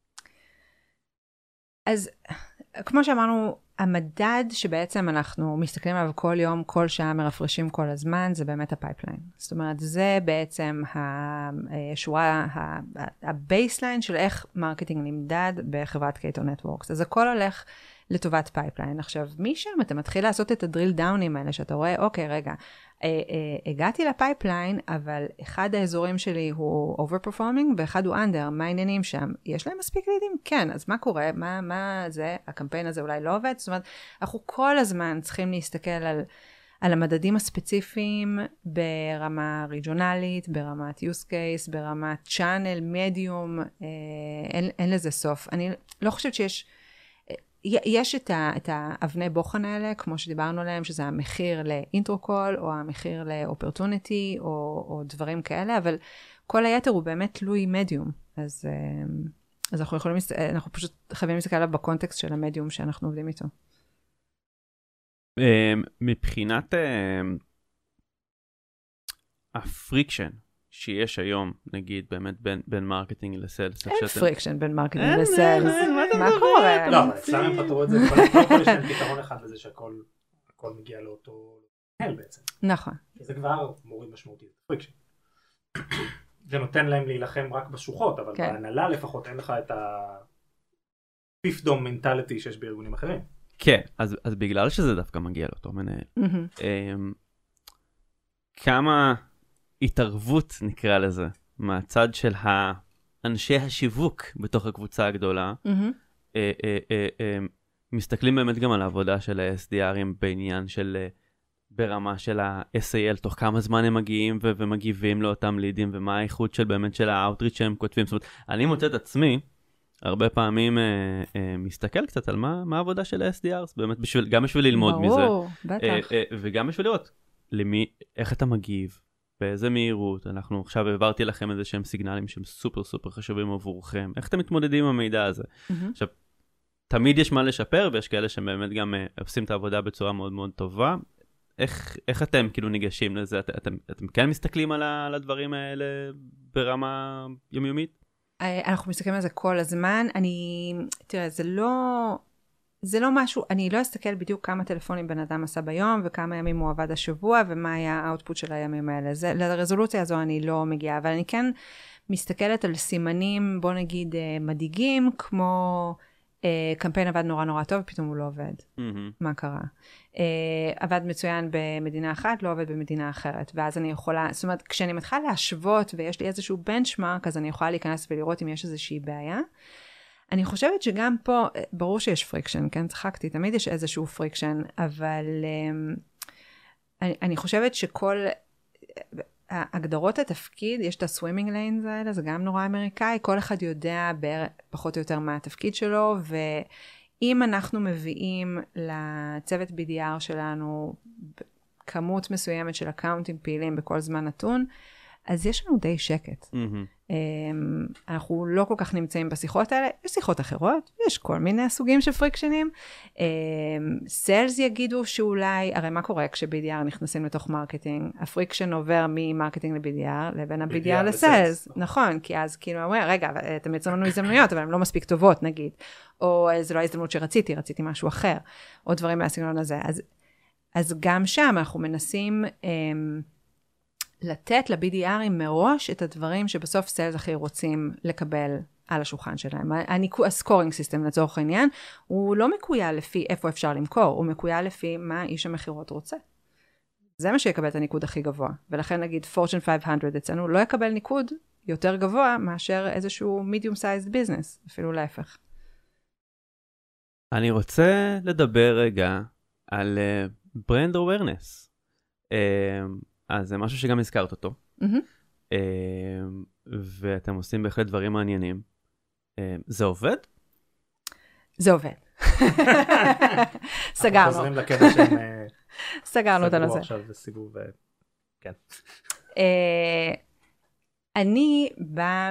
אז כמו שאמרנו, המדד שבעצם אנחנו מסתכלים עליו כל יום, כל שעה, מרפרשים כל הזמן, זה באמת הפייפליין. זאת אומרת, זה בעצם השורה, הבייסליין של איך מרקטינג נמדד בחברת קייטו נטוורקס. אז הכל הולך לטובת פייפליין. עכשיו, משם אתה מתחיל לעשות את הדריל דאונים האלה, שאתה רואה, אוקיי, רגע, הגעתי לפייפליין, אבל אחד האזורים שלי הוא overperforming, ואחד הוא under, מה העניינים שם? יש להם מספיק לידים? כן, אז מה קורה? מה, מה זה? הקמפיין הזה אולי לא עובד? זאת אומרת, אנחנו כל הזמן צריכים להסתכל על, על המדדים הספציפיים ברמה ריג'ונלית, ברמת use case, ברמת channel, medium, אין, אין לזה סוף. אני לא חושבת שיש... יש את, ה, את האבני בוחן האלה, כמו שדיברנו עליהם, שזה המחיר לאינטרוקול, או המחיר לאופרטוניטי, או, או דברים כאלה, אבל כל היתר הוא באמת תלוי מדיום. אז, אז אנחנו יכולים, אנחנו פשוט חייבים להסתכל עליו בקונטקסט של המדיום שאנחנו עובדים איתו. מבחינת הפריקשן, שיש היום, נגיד, באמת בין, בין מרקטינג לסיילס. אין פריקשן בין מרקטינג לסיילס. מה קורה? לא, אבל אצלם הם פתרו את זה, לא כל יש להם פתרון אחד לזה שהכל מגיע לאותו הל בעצם. נכון. זה כבר מוריד משמעותי, פריקשן. זה נותן להם להילחם רק בשוחות, אבל בהנהלה לפחות אין לך את הפיפדום מנטליטי שיש בארגונים אחרים. כן, אז בגלל שזה דווקא מגיע לאותו מנהל. כמה... התערבות נקרא לזה, מהצד של האנשי השיווק בתוך הקבוצה הגדולה, mm-hmm. אה, אה, אה, אה, מסתכלים באמת גם על העבודה של ה-אס די ארים בעניין של, אה, ברמה של ה-אס איי אל, תוך כמה זמן הם מגיעים ו- ומגיבים לאותם לידים, ומה האיכות של באמת של ה-outreach שהם כותבים. זאת אומרת, אני מוצא את עצמי, הרבה פעמים אה, אה, מסתכל קצת על מה, מה העבודה של ה-אס די ארס, באמת בשביל, גם בשביל ללמוד ברור, מזה. בטח. אה, אה, וגם בשביל לראות למי, איך אתה מגיב, באיזה מהירות, אנחנו עכשיו העברתי לכם איזה שהם סיגנלים שהם סופר סופר חשובים עבורכם, איך אתם מתמודדים עם המידע הזה? Mm-hmm. עכשיו, תמיד יש מה לשפר, ויש כאלה שבאמת גם uh, עושים את העבודה בצורה מאוד מאוד טובה. איך, איך אתם כאילו ניגשים לזה? את, אתם, אתם כן מסתכלים על, ה, על הדברים האלה ברמה יומיומית? אנחנו מסתכלים על זה כל הזמן. אני, תראה, זה לא, זה לא משהו, אני לא אסתכל בדיוק כמה טלפונים בן אדם עשה ביום, וכמה ימים הוא עבד השבוע, ומה היה האוטפוט של הימים האלה. זה, לרזולוציה הזו אני לא מגיעה, אבל אני כן מסתכלת על סימנים, בוא נגיד, מדאיגים, כמו קמפיין עבד נורא נורא טוב, ופתאום הוא לא עובד. Mm-hmm. מה קרה? עבד מצוין במדינה אחת, לא עובד במדינה אחרת. ואז אני יכולה, זאת אומרת, כשאני מתחילה להשוות, ויש לי איזשהו בנצ'מרק, אז אני יכולה להיכנס ולראות אם יש איזושהי בעיה. אני חושבת שגם פה, ברור שיש פריקשן, כן? צחקתי, תמיד יש איזשהו פריקשן, אבל אני, אני חושבת שכל הגדרות התפקיד, יש את הסווימינג ליינס האלה, זה גם נורא אמריקאי, כל אחד יודע בערך, פחות או יותר מה התפקיד שלו, ואם אנחנו מביאים לצוות בי די אר שלנו כמות מסוימת של אקאונטים פעילים בכל זמן נתון, אז יש לנו די שקט. Mm-hmm. אנחנו לא כל כך נמצאים בשיחות האלה, יש שיחות אחרות, יש כל מיני סוגים של פריקשנים. סיילס יגידו שאולי, הרי מה קורה כש-בי די אר נכנסים לתוך מרקטינג? הפריקשן עובר ממרקטינג ל-בי די אר לבין ה-בי די אר לסיילס. נכון, כי אז כאילו אומרים, רגע, אתם יוצרים לנו הזדמנויות, אבל הן לא מספיק טובות, נגיד. או זו לא ההזדמנות שרציתי, רציתי משהו אחר. או דברים מהסגנון הזה. אז, אז גם שם אנחנו מנסים לתת ל-בי די ארים מראש את הדברים שבסוף סיילס הכי רוצים לקבל על השולחן שלהם. הסקורינג סיסטם לצורך העניין, הוא לא מקויה לפי איפה אפשר למכור, הוא מקויה לפי מה איש המחירות רוצה. זה מה שיקבל את הניקוד הכי גבוה. ולכן נגיד Fortune חמש מאות אצלנו לא יקבל ניקוד יותר גבוה מאשר איזשהו medium sized business, אפילו להפך. אני רוצה לדבר רגע על uh, brand awareness. Uh, אז זה משהו שגם הזכרת אותו. Mm-hmm. ואתם עושים בהחלט דברים מעניינים. זה עובד? זה עובד. סגרנו. אנחנו חוזרים לקטע שהם סגרנו את הנושא. סגרו עכשיו בסיבוב, כן. אני באה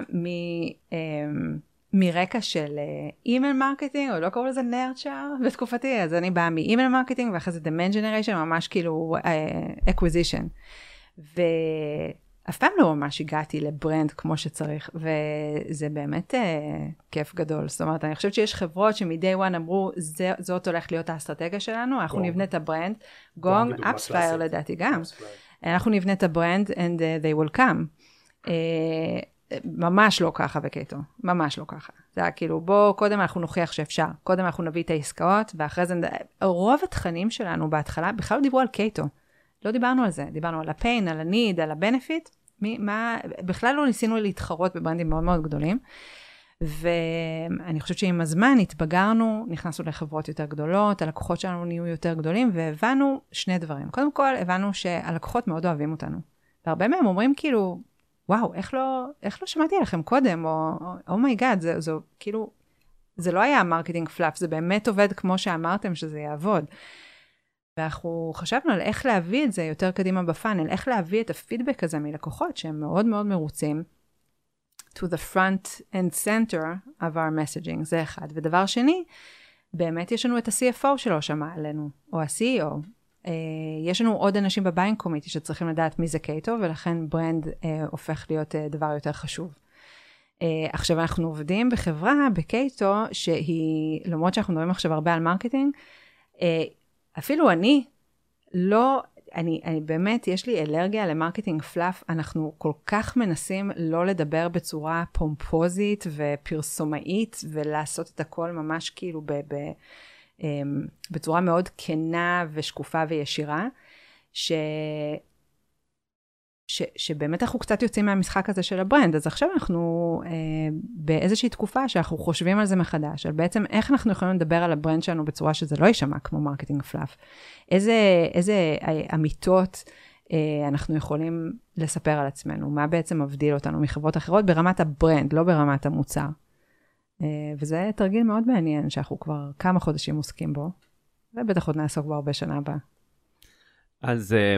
מרקע של אימייל מרקטינג, או לא קוראים לזה נרצ'ר בתקופתי, אז אני באה מאימייל מרקטינג, ואחרי זה demand generation, ממש כאילו acquisition. ואף פעם לא ממש הגעתי לברנד כמו שצריך, וזה באמת כיף גדול. זאת אומרת, אני חושבת שיש חברות שמ-day one אמרו, זאת הולך להיות האסטרטגיה שלנו, אנחנו נבנה את הברנד, גונג, אפספייר לדעתי גם. אנחנו נבנה את הברנד, and they will come. ממש לא ככה בקייטו, ממש לא ככה. זה היה כאילו, בוא, קודם אנחנו נוכיח שאפשר, קודם אנחנו נביא את העסקאות, ואחרי זה, רוב התכנים שלנו בהתחלה, בכלל לא דיברו על קייטו. לא דיברנו על זה, דיברנו על הפיין, על הניד, על הבנפיט, מה, בכלל לא ניסינו להתחרות בברנדים מאוד מאוד גדולים, ואני חושבת שעם הזמן התבגרנו, נכנסנו לחברות יותר גדולות, הלקוחות שלנו נהיו יותר גדולים, והבנו שני דברים. קודם כל, הבנו שהלקוחות מאוד אוהבים אותנו. והרבה מהם אומרים כאילו, וואו, איך לא, איך לא שמעתי עליכם קודם, או, או מי גאד, זה, זה כאילו, זה לא היה מרקטינג פלאפ, זה באמת עובד כמו שאמרתם שזה יעבוד. ואנחנו חשבנו על איך להביא את זה יותר קדימה בפאנל, איך להביא את הפידבק הזה מלקוחות שהם מאוד מאוד מרוצים, to the front and center of our messaging, זה אחד. ודבר שני, באמת יש לנו את ה-סי אף או שלו שמע עלינו, או ה-סי אי או. אה, יש לנו עוד אנשים בביינג קומיטי שצריכים לדעת מי זה קייטו, ולכן ברנד אה, הופך להיות אה, דבר יותר חשוב. אה, עכשיו אנחנו עובדים בחברה, בקייטו, שהיא, למרות שאנחנו מדברים עכשיו הרבה על מרקטינג, אה, אפילו אני, לא, אני, אני באמת, יש לי אלרגיה למרקטינג פלאף, אנחנו כל כך מנסים לא לדבר בצורה פומפוזית ופרסומאית, ולעשות את הכל ממש כאילו ב, ב, בצורה מאוד כנה ושקופה וישירה, ש... ש, שבאמת אנחנו קצת יוצאים מהמשחק הזה של הברנד, אז עכשיו אנחנו אה, באיזושהי תקופה שאנחנו חושבים על זה מחדש, על בעצם איך אנחנו יכולים לדבר על הברנד שלנו בצורה שזה לא יישמע כמו מרקטינג פלאף. איזה, איזה אמיתות אה, אנחנו יכולים לספר על עצמנו, מה בעצם מבדיל אותנו מחברות אחרות ברמת הברנד, לא ברמת המוצר. אה, וזה תרגיל מאוד מעניין שאנחנו כבר כמה חודשים עוסקים בו, ובטח עוד נעסוק בו הרבה שנה הבאה. אז... Uh...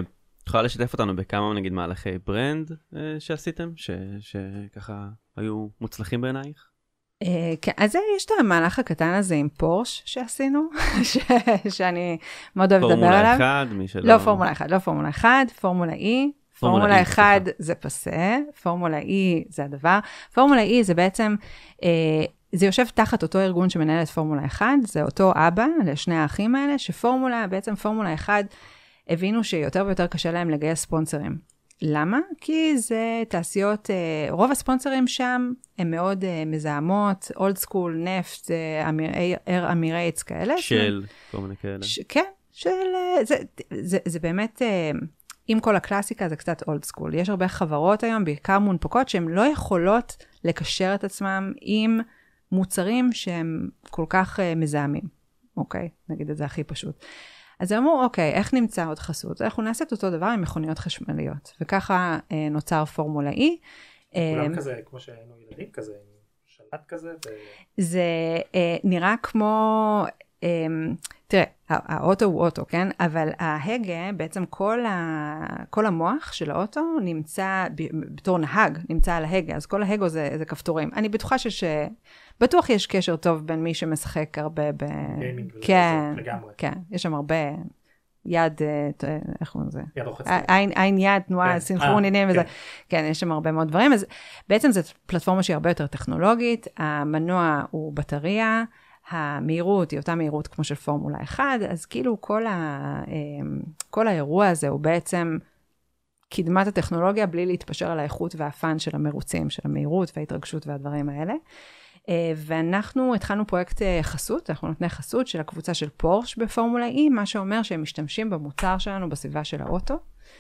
תוכל לשתף אותנו בכמה, נגיד, מהלכי ברנד שעשיתם, שככה היו מוצלחים בעינייך? כן, אז יש את המהלך הקטן הזה עם פורש שעשינו, שאני מאוד אוהב לדבר עליו. פורמולה אחד, מי שלא... לא פורמולה אחד, לא פורמולה אחד, פורמולה E. פורמולה אחד זה פסה, פורמולה E זה הדבר. פורמולה E זה בעצם, זה יושב תחת אותו ארגון שמנהל את פורמולה אחד, זה אותו אבא לשני האחים האלה, שפורמולה, בעצם פורמולה אחד, הבינו שיותר ויותר קשה להם לגייס ספונסרים. למה? כי זה תעשיות, רוב הספונסרים שם הם מאוד מזהמות, אולד סקול, נפט, אר אמירייטס כאלה. של, כל מיני כאלה. כן, של, זה, זה, זה באמת, עם כל הקלאסיקה זה קצת אולד סקול. יש הרבה חברות היום, בעיקר מונפקות, שהן לא יכולות לקשר את עצמם עם מוצרים שהם כל כך מזהמים. אוקיי? נגיד את זה הכי פשוט. אז הם אמרו, אוקיי, איך נמצא עוד חסות? אנחנו נעשה את אותו דבר עם מכוניות חשמליות. וככה אה, נוצר פורמולה E. כולם אה, כזה, כמו שהיינו ילדים, כזה, שלט כזה. ו... זה אה, נראה כמו, אה, תראה, האוטו הוא אוטו, כן? אבל ההגה, בעצם כל, ה, כל המוח של האוטו נמצא, בתור נהג, נמצא על ההגה. אז כל ההגו זה, זה כפתורים. אני בטוחה שש... בטוח יש קשר טוב בין מי שמשחק הרבה ב... גיימינג. כן, לגמרי. כן, יש שם הרבה יד, איך קוראים לזה? יד רוחצת. עין יד, תנועה, סינכרון עניינים וזה. כן, יש שם הרבה מאוד דברים. אז בעצם זו פלטפורמה שהיא הרבה יותר טכנולוגית, המנוע הוא בטריה, המהירות היא אותה מהירות כמו של פורמולה אחד, אז כאילו כל, ה... כל האירוע הזה הוא בעצם קדמת הטכנולוגיה בלי להתפשר על האיכות והפן של המרוצים, של המהירות וההתרגשות והדברים האלה. ואנחנו התחלנו פרויקט חסות, אנחנו נותני חסות של הקבוצה של פורש בפורמולה E, מה שאומר שהם משתמשים במוצר שלנו בסביבה של האוטו,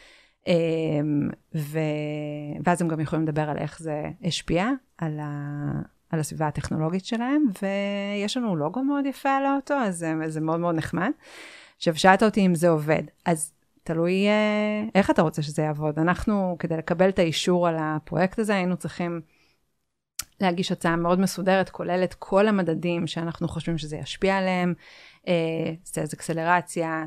ו... ואז הם גם יכולים לדבר על איך זה השפיע על, ה... על הסביבה הטכנולוגית שלהם, ויש לנו לוגו מאוד יפה על האוטו, אז זה, זה מאוד מאוד נחמד. עכשיו, שאלת אותי אם זה עובד, אז תלוי איך אתה רוצה שזה יעבוד. אנחנו, כדי לקבל את האישור על הפרויקט הזה, היינו צריכים להגיש הצעה מאוד מסודרת, כוללת כל המדדים שאנחנו חושבים שזה ישפיע עליהם, סטייז אקסלרציה,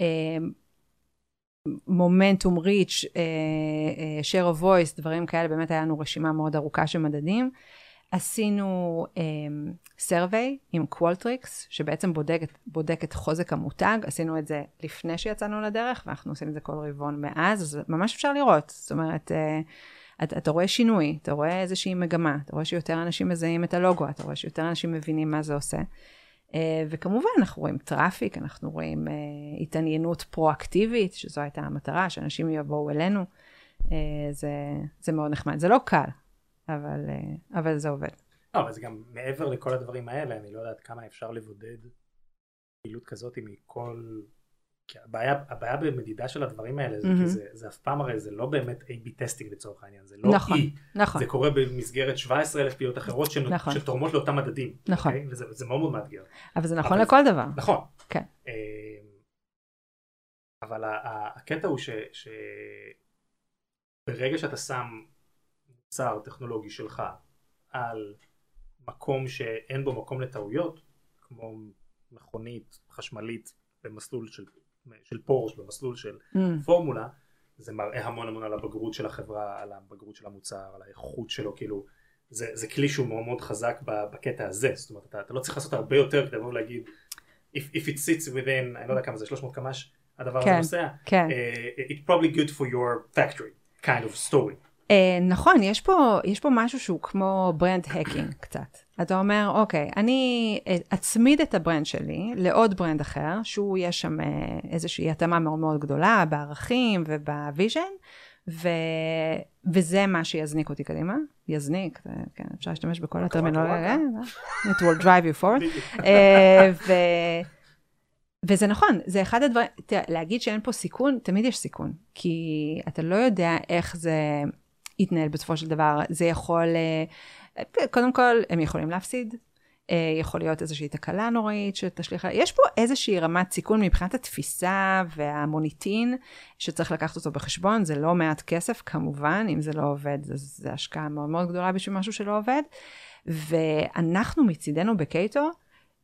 מומנטום ריץ', share of voice, דברים כאלה, באמת היה לנו רשימה מאוד ארוכה של מדדים. עשינו survey עם קוולטריקס, שבעצם בודק, בודק את חוזק המותג, עשינו את זה לפני שיצאנו לדרך, ואנחנו עושים את זה כל רבעון מאז, אז ממש אפשר לראות, זאת אומרת, אתה, אתה רואה שינוי, אתה רואה איזושהי מגמה, אתה רואה שיותר אנשים מזהים את הלוגו, אתה רואה שיותר אנשים מבינים מה זה עושה. וכמובן, אנחנו רואים טראפיק, אנחנו רואים התעניינות פרואקטיבית, שזו הייתה המטרה, שאנשים יבואו אלינו. זה, זה מאוד נחמד. זה לא קל, אבל, אבל זה עובד. לא, אבל זה גם מעבר לכל הדברים האלה, אני לא יודעת כמה אפשר לבודד פעילות כזאת מכל... כי הבעיה, הבעיה במדידה של הדברים האלה, זה, mm-hmm. זה, זה אף פעם הרי, זה לא באמת איי בי טסטינג לצורך העניין, זה לא נכון, E. נכון. זה קורה במסגרת שבע עשרה אלף פעילות אחרות שנ... נכון. שתורמות לאותם מדדים. נכון. Okay? וזה זה מאוד מאוד מאתגר. אבל זה נכון אבל לכל דבר. נכון. כן. אבל הקטע הוא ש... ש... ברגע שאתה שם מוצר טכנולוגי שלך על מקום שאין בו מקום לטעויות, כמו מכונית חשמלית במסלול של... של פורש במסלול של mm. פורמולה, זה מראה המון המון על הבגרות של החברה, על הבגרות של המוצר, על האיכות שלו, כאילו, זה, זה כלי שהוא מאוד מאוד חזק בקטע הזה, זאת אומרת, אתה, אתה לא צריך לעשות הרבה יותר כדי לבוא להגיד, if, if it sits within, אני לא יודע כמה זה, שלוש מאות קמ"ש, הדבר כן, הזה נוסע, כן. uh, it's probably good for your factory, kind of story. Uh, נכון, יש פה, יש פה משהו שהוא כמו ברנד הקינג קצת. אתה אומר, אוקיי, אני אצמיד את הברנד שלי לעוד ברנד אחר, שהוא יש שם איזושהי התאמה מאוד מאוד גדולה בערכים ובוויז'ן, ו... וזה מה שיזניק אותי קדימה. יזניק, כן, אפשר להשתמש בכל הטרמינולוגיה. It will drive you forward. ו... וזה נכון, זה אחד הדברים, תראה, להגיד שאין פה סיכון, תמיד יש סיכון, כי אתה לא יודע איך זה יתנהל בסופו של דבר, זה יכול... קודם כל, הם יכולים להפסיד, יכול להיות איזושהי תקלה נוראית שתשליך, יש פה איזושהי רמת סיכון מבחינת התפיסה והמוניטין, שצריך לקחת אותו בחשבון, זה לא מעט כסף, כמובן, אם זה לא עובד, זה, זה השקעה מאוד מאוד גדולה בשביל משהו שלא עובד, ואנחנו מצידנו בקייטו,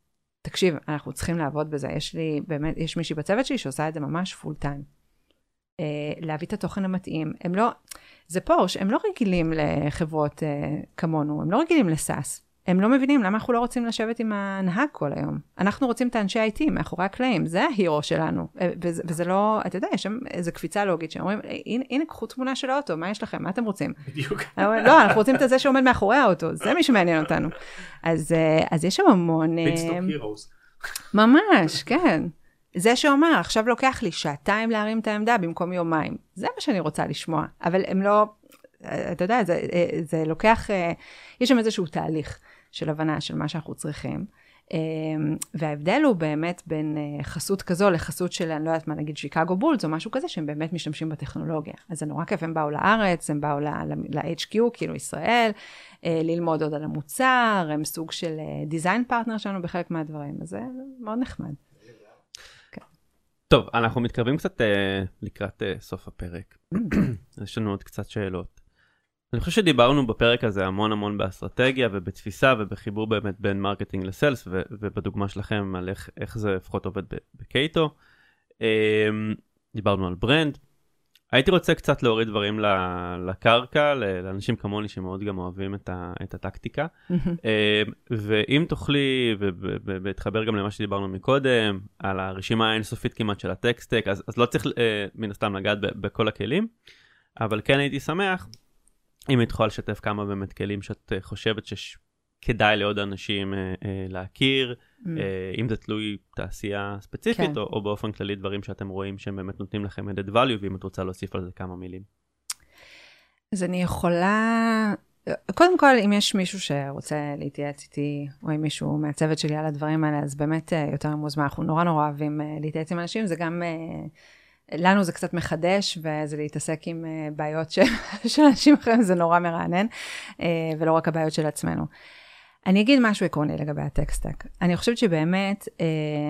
תקשיב, אנחנו צריכים לעבוד בזה, יש לי, באמת, יש מישהי בצוות שלי שעושה את זה ממש פול טיים. להביא את התוכן המתאים. הם לא, זה פורש, הם לא רגילים לחברות כמונו, הם לא רגילים לסאס. הם לא מבינים למה אנחנו לא רוצים לשבת עם הנהג כל היום. אנחנו רוצים את האנשי איי טי מאחורי הקלעים, זה ההירו שלנו. וזה, וזה לא, אתה יודע, יש שם איזו קפיצה לוגית שאומרים, הנה, הנה, קחו תמונה של האוטו, מה יש לכם? מה אתם רוצים? בדיוק. לא, אנחנו רוצים את זה שעומד מאחורי האוטו, זה מי שמעניין אותנו. אז, אז יש שם המון... פיטסטופ הירוס. ממש, כן. זה שאומר, עכשיו לוקח לי שעתיים להרים את העמדה במקום יומיים. זה מה שאני רוצה לשמוע. אבל הם לא, אתה יודע, זה, זה לוקח, יש שם איזשהו תהליך של הבנה של מה שאנחנו צריכים. וההבדל הוא באמת בין חסות כזו לחסות של, אני לא יודעת מה, נגיד שיקגו בולס או משהו כזה, שהם באמת משתמשים בטכנולוגיה. אז זה נורא כיף, הם באו לארץ, הם באו ל-אייץ' קיו, כאילו ישראל, ללמוד עוד על המוצר, הם סוג של דיזיין פרטנר שלנו בחלק מהדברים, אז זה מאוד נחמד. טוב, אנחנו מתקרבים קצת uh, לקראת uh, סוף הפרק. יש לנו עוד קצת שאלות. אני חושב שדיברנו בפרק הזה המון המון באסטרטגיה ובתפיסה ובחיבור באמת בין מרקטינג לסלס, ו- ובדוגמה שלכם על איך, איך זה לפחות עובד בקייטו. Um, דיברנו על ברנד. הייתי רוצה קצת להוריד דברים לקרקע, לאנשים כמוני שמאוד גם אוהבים את, ה, את הטקטיקה. ואם תוכלי, ולהתחבר גם למה שדיברנו מקודם, על הרשימה האינסופית כמעט של הטקסטק, אז, אז לא צריך מן הסתם לגעת בכל הכלים, אבל כן הייתי שמח, אם היית יכולה לשתף כמה באמת כלים שאת חושבת שכדאי לעוד אנשים להכיר, אם זה תלוי תעשייה ספציפית, או, או באופן כללי דברים שאתם רואים שהם באמת נותנים לכם added value, ואם את רוצה להוסיף על זה כמה מילים. אז אני יכולה, קודם כל, אם יש מישהו שרוצה להתייעץ איתי, או עם מישהו מהצוות שלי על הדברים האלה, אז באמת יותר מוזמן, אנחנו נורא נורא אוהבים להתייעץ עם אנשים, זה גם, לנו זה קצת מחדש, וזה להתעסק עם בעיות של, של אנשים אחרים, זה נורא מרענן, ולא רק הבעיות של עצמנו. אני אגיד משהו עקרוני לגבי הטקסטק. אני חושבת שבאמת אה,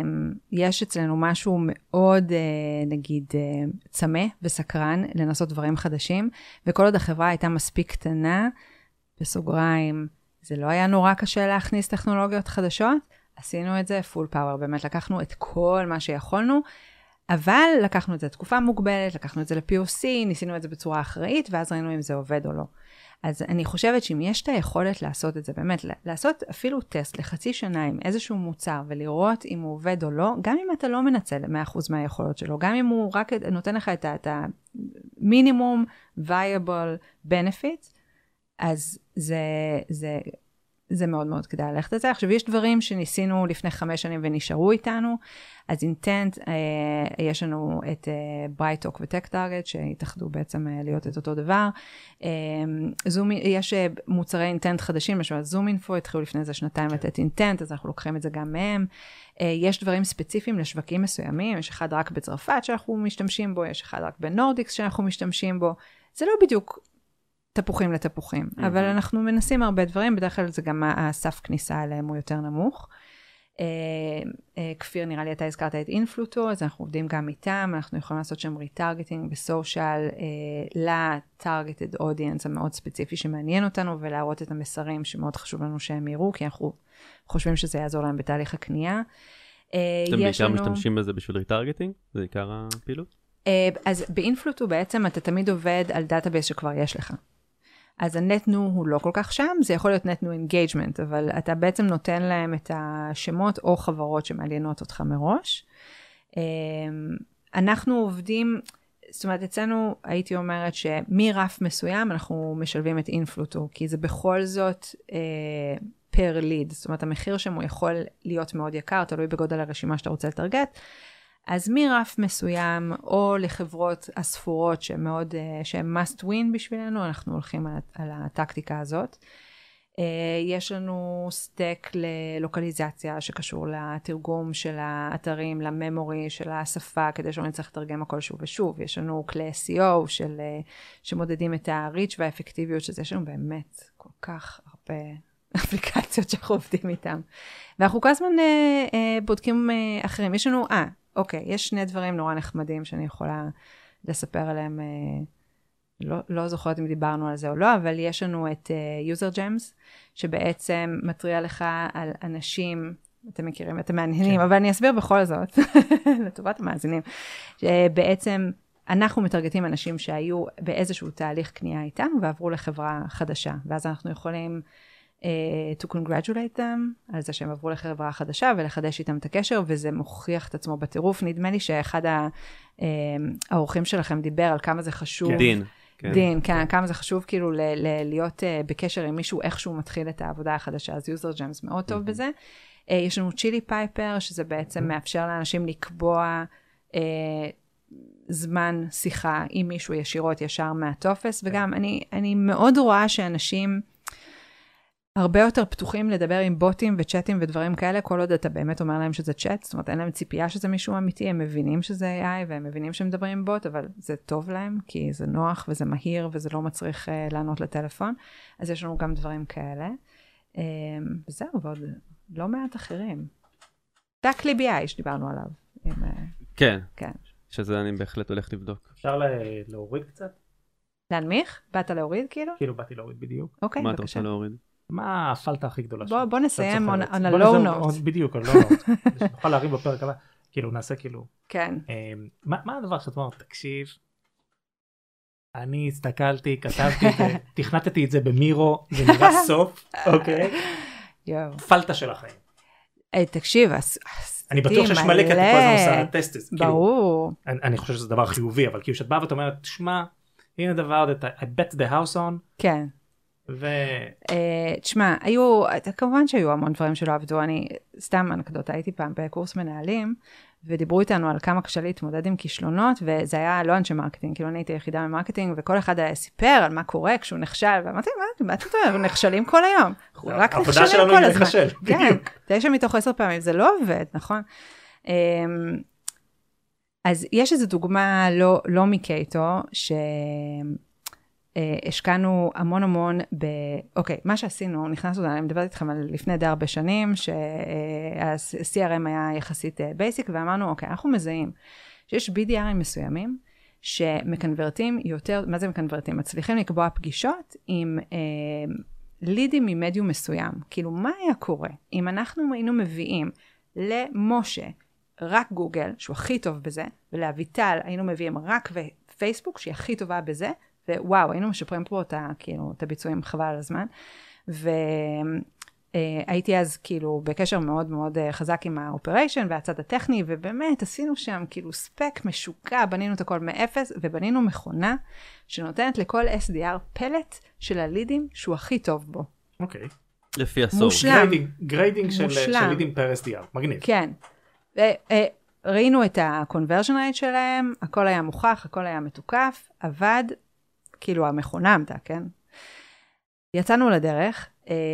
יש אצלנו משהו מאוד, אה, נגיד, אה, צמא וסקרן לנסות דברים חדשים, וכל עוד החברה הייתה מספיק קטנה, בסוגריים, זה לא היה נורא קשה להכניס טכנולוגיות חדשות, עשינו את זה פול פאוור, באמת לקחנו את כל מה שיכולנו, אבל לקחנו את זה לתקופה מוגבלת, לקחנו את זה ל-פי או סי, ניסינו את זה בצורה אחראית, ואז ראינו אם זה עובד או לא. אז אני חושבת שאם יש את היכולת לעשות את זה, באמת, לעשות אפילו טסט לחצי שנה עם איזשהו מוצר, ולראות אם הוא עובד או לא, גם אם אתה לא מנצל מאה אחוז מהיכולות שלו, גם אם הוא רק נותן לך את המינימום viable benefit, אז זה, זה, זה מאוד מאוד כדאי ללכת את זה. עכשיו, יש דברים שניסינו לפני חמש שנים ונשארו איתנו, אז אינטנט, אה, יש לנו את אה, BrightTalk ו-TechTarget, שהתאחדו בעצם אה, להיות את אותו דבר. אה, זום, יש אה, מוצרי אינטנט חדשים, משהו, זום אינפו, התחילו לפני זה שנתיים לתת אינטנט, אז אנחנו לוקחים את זה גם מהם. אה, יש דברים ספציפיים לשווקים מסוימים, יש אחד רק בצרפת שאנחנו משתמשים בו, יש אחד רק בנורדיקס שאנחנו משתמשים בו. זה לא בדיוק תפוחים לתפוחים, mm-hmm. אבל אנחנו מנסים הרבה דברים, בדרך כלל זה גם הסף כניסה אליהם הוא יותר נמוך. אה, אה, כפיר, נראה לי אתה הזכרת את אינפלוטו, אז אנחנו עובדים גם איתם, אנחנו יכולים לעשות שם ריטרגטינג בסושיאל, אה, לטרגטד אודיאנס המאוד ספציפי שמעניין אותנו, ולהראות את המסרים שמאוד חשוב לנו שהם יראו, כי אנחנו חושבים שזה יעזור להם בתהליך הקנייה. אה, אתם בעיקר לנו... משתמשים בזה בשביל ריטרגטינג? זה עיקר הפעילות? אה, אז באינפלוטו בעצם אתה תמיד עובד על דאטאבייס שכבר יש לך. אז הנטנו הוא לא כל כך שם, זה יכול להיות נטנו אינגייג'מנט, אבל אתה בעצם נותן להם את השמות או חברות שמעניינות אותך מראש. אנחנו עובדים, זאת אומרת, אצלנו הייתי אומרת שמרף מסוים אנחנו משלבים את אינפלוטו, כי זה בכל זאת פר ליד, זאת אומרת, המחיר שם הוא יכול להיות מאוד יקר, תלוי בגודל הרשימה שאתה רוצה לטרגט, אז מרף מסוים, או לחברות הספורות שהן מאוד, שהן must win בשבילנו, אנחנו הולכים על, על הטקטיקה הזאת. יש לנו סטק ללוקליזציה שקשור לתרגום של האתרים, לממורי של השפה, כדי שלא נצטרך לתרגם הכל שוב ושוב. יש לנו כלי אס אי או של, שמודדים את הריץ' והאפקטיביות של זה, יש לנו באמת כל כך הרבה אפליקציות שאנחנו עובדים איתם. ואנחנו כל הזמן בודקים אחרים. יש לנו, אה, אוקיי, יש שני דברים נורא נחמדים שאני יכולה לספר עליהם, לא, לא זוכרת אם דיברנו על זה או לא, אבל יש לנו את uh, user gems, שבעצם מטריע לך על אנשים, אתם מכירים, אתם מעניינים, כן. אבל אני אסביר בכל זאת, לטובת המאזינים, שבעצם אנחנו מטרגטים אנשים שהיו באיזשהו תהליך קנייה איתנו, ועברו לחברה חדשה, ואז אנחנו יכולים uh, to congratulate them, על זה שהם עברו לחברה חדשה, ולחדש איתם את הקשר, וזה מוכיח את עצמו בטירוף. נדמה לי שאחד האורחים שלכם דיבר על כמה זה חשוב. דין. כן. דין, כן, כמה זה חשוב כאילו ל- ל- להיות uh, בקשר עם מישהו, איך שהוא מתחיל את העבודה החדשה, אז יוזר ג'יימס מאוד טוב בזה. Uh, יש לנו צ'ילי פייפר, שזה בעצם מאפשר לאנשים לקבוע uh, זמן שיחה עם מישהו ישירות ישר מהטופס, וגם אני, אני מאוד רואה שאנשים הרבה יותר פתוחים לדבר עם בוטים וצ'אטים ודברים כאלה, כל עוד אתה באמת אומר להם שזה צ'אט, זאת אומרת, אין להם ציפייה שזה מישהו אמיתי, הם מבינים שזה איי איי, והם מבינים שהם מדברים עם בוט, אבל זה טוב להם, כי זה נוח וזה מהיר, וזה לא מצריך uh, לענות לטלפון, אז יש לנו גם דברים כאלה. Um, וזהו, ועוד לא מעט אחרים. דקלי בי איי שדיברנו עליו. עם, uh, כן, כן. שזה אני בהחלט הולך לבדוק. אפשר לה- להוריד קצת? להנמיך? באת להוריד כאילו? כאילו באתי להוריד בדיוק. אוקיי, מה אתה בבקשה. רוצה להוריד? מה הפלטה הכי גדולה בוא, בוא נסיים on, on a בוא low נסיים note. on- בדיוק, על low note. נוכל להרים בפרק הבא. כאילו, נעשה כאילו... כן. אמ, מה מה הדבר שאת אומרת? תקשיב, אני הסתכלתי, כתבתי את זה, תכנתתי את זה במירו, זה נראה סוף, אוקיי? יואו. פלטה של החיים. היי, תקשיב, עשיתי אני בטוח שיש מלא כי את כל הזמן עושה טסטס. ברור. אני אני חושב שזה דבר חיובי, אבל כאילו שאת באה ואת אומרת, שמע, הנה דבר, I bet the house on, כן. ו... Uh, תשמע, היו, כמובן שהיו המון דברים שלא עבדו, אני, סתם אנקדוטה, הייתי פעם בקורס מנהלים, ודיברו איתנו על כמה קשה להתמודד עם כישלונות, וזה היה לא אנשי מרקטינג, כאילו אני הייתי יחידה ממרקטינג, וכל אחד היה סיפר על מה קורה כשהוא נכשל, ואמרתי, מה, מה אתה אומר, נכשלים כל היום, רק נכשלים כל הזמן. כן, תשע מתוך עשר פעמים, זה לא עובד, נכון? Um, אז יש איזו דוגמה לא, לא מקייטו, ש... השקענו המון המון ב... אוקיי, מה שעשינו, נכנסנו, אני מדברת איתכם על לפני די הרבה שנים, שה-סי אר אם היה יחסית בייסיק, ואמרנו, אוקיי, אנחנו מזהים שיש בי די ארים מסוימים, שמקנברטים יותר, מה זה מקנברטים? מצליחים לקבוע פגישות עם אה, לידים ממדיום מסוים. כאילו, מה היה קורה אם אנחנו היינו מביאים למשה רק גוגל, שהוא הכי טוב בזה, ולאביטל היינו מביאים רק פייסבוק, שהיא הכי טובה בזה, ווואו, היינו משפרים פה את, כאילו, את הביצועים חבל על הזמן, והייתי אז כאילו בקשר מאוד מאוד חזק עם האופריישן והצד הטכני, ובאמת עשינו שם כאילו ספק משוקע, בנינו את הכל מאפס, ובנינו מכונה שנותנת לכל אס די אר פלט של הלידים שהוא הכי טוב בו. אוקיי. לפי הסוף. מושלם. גריידינג של לידים פר אס די אר, מגניב. כן. ראינו את ה-conversion rate שלהם, הכל היה מוכח, הכל היה מתוקף, עבד, כאילו המכונה עמדה, כן? יצאנו לדרך,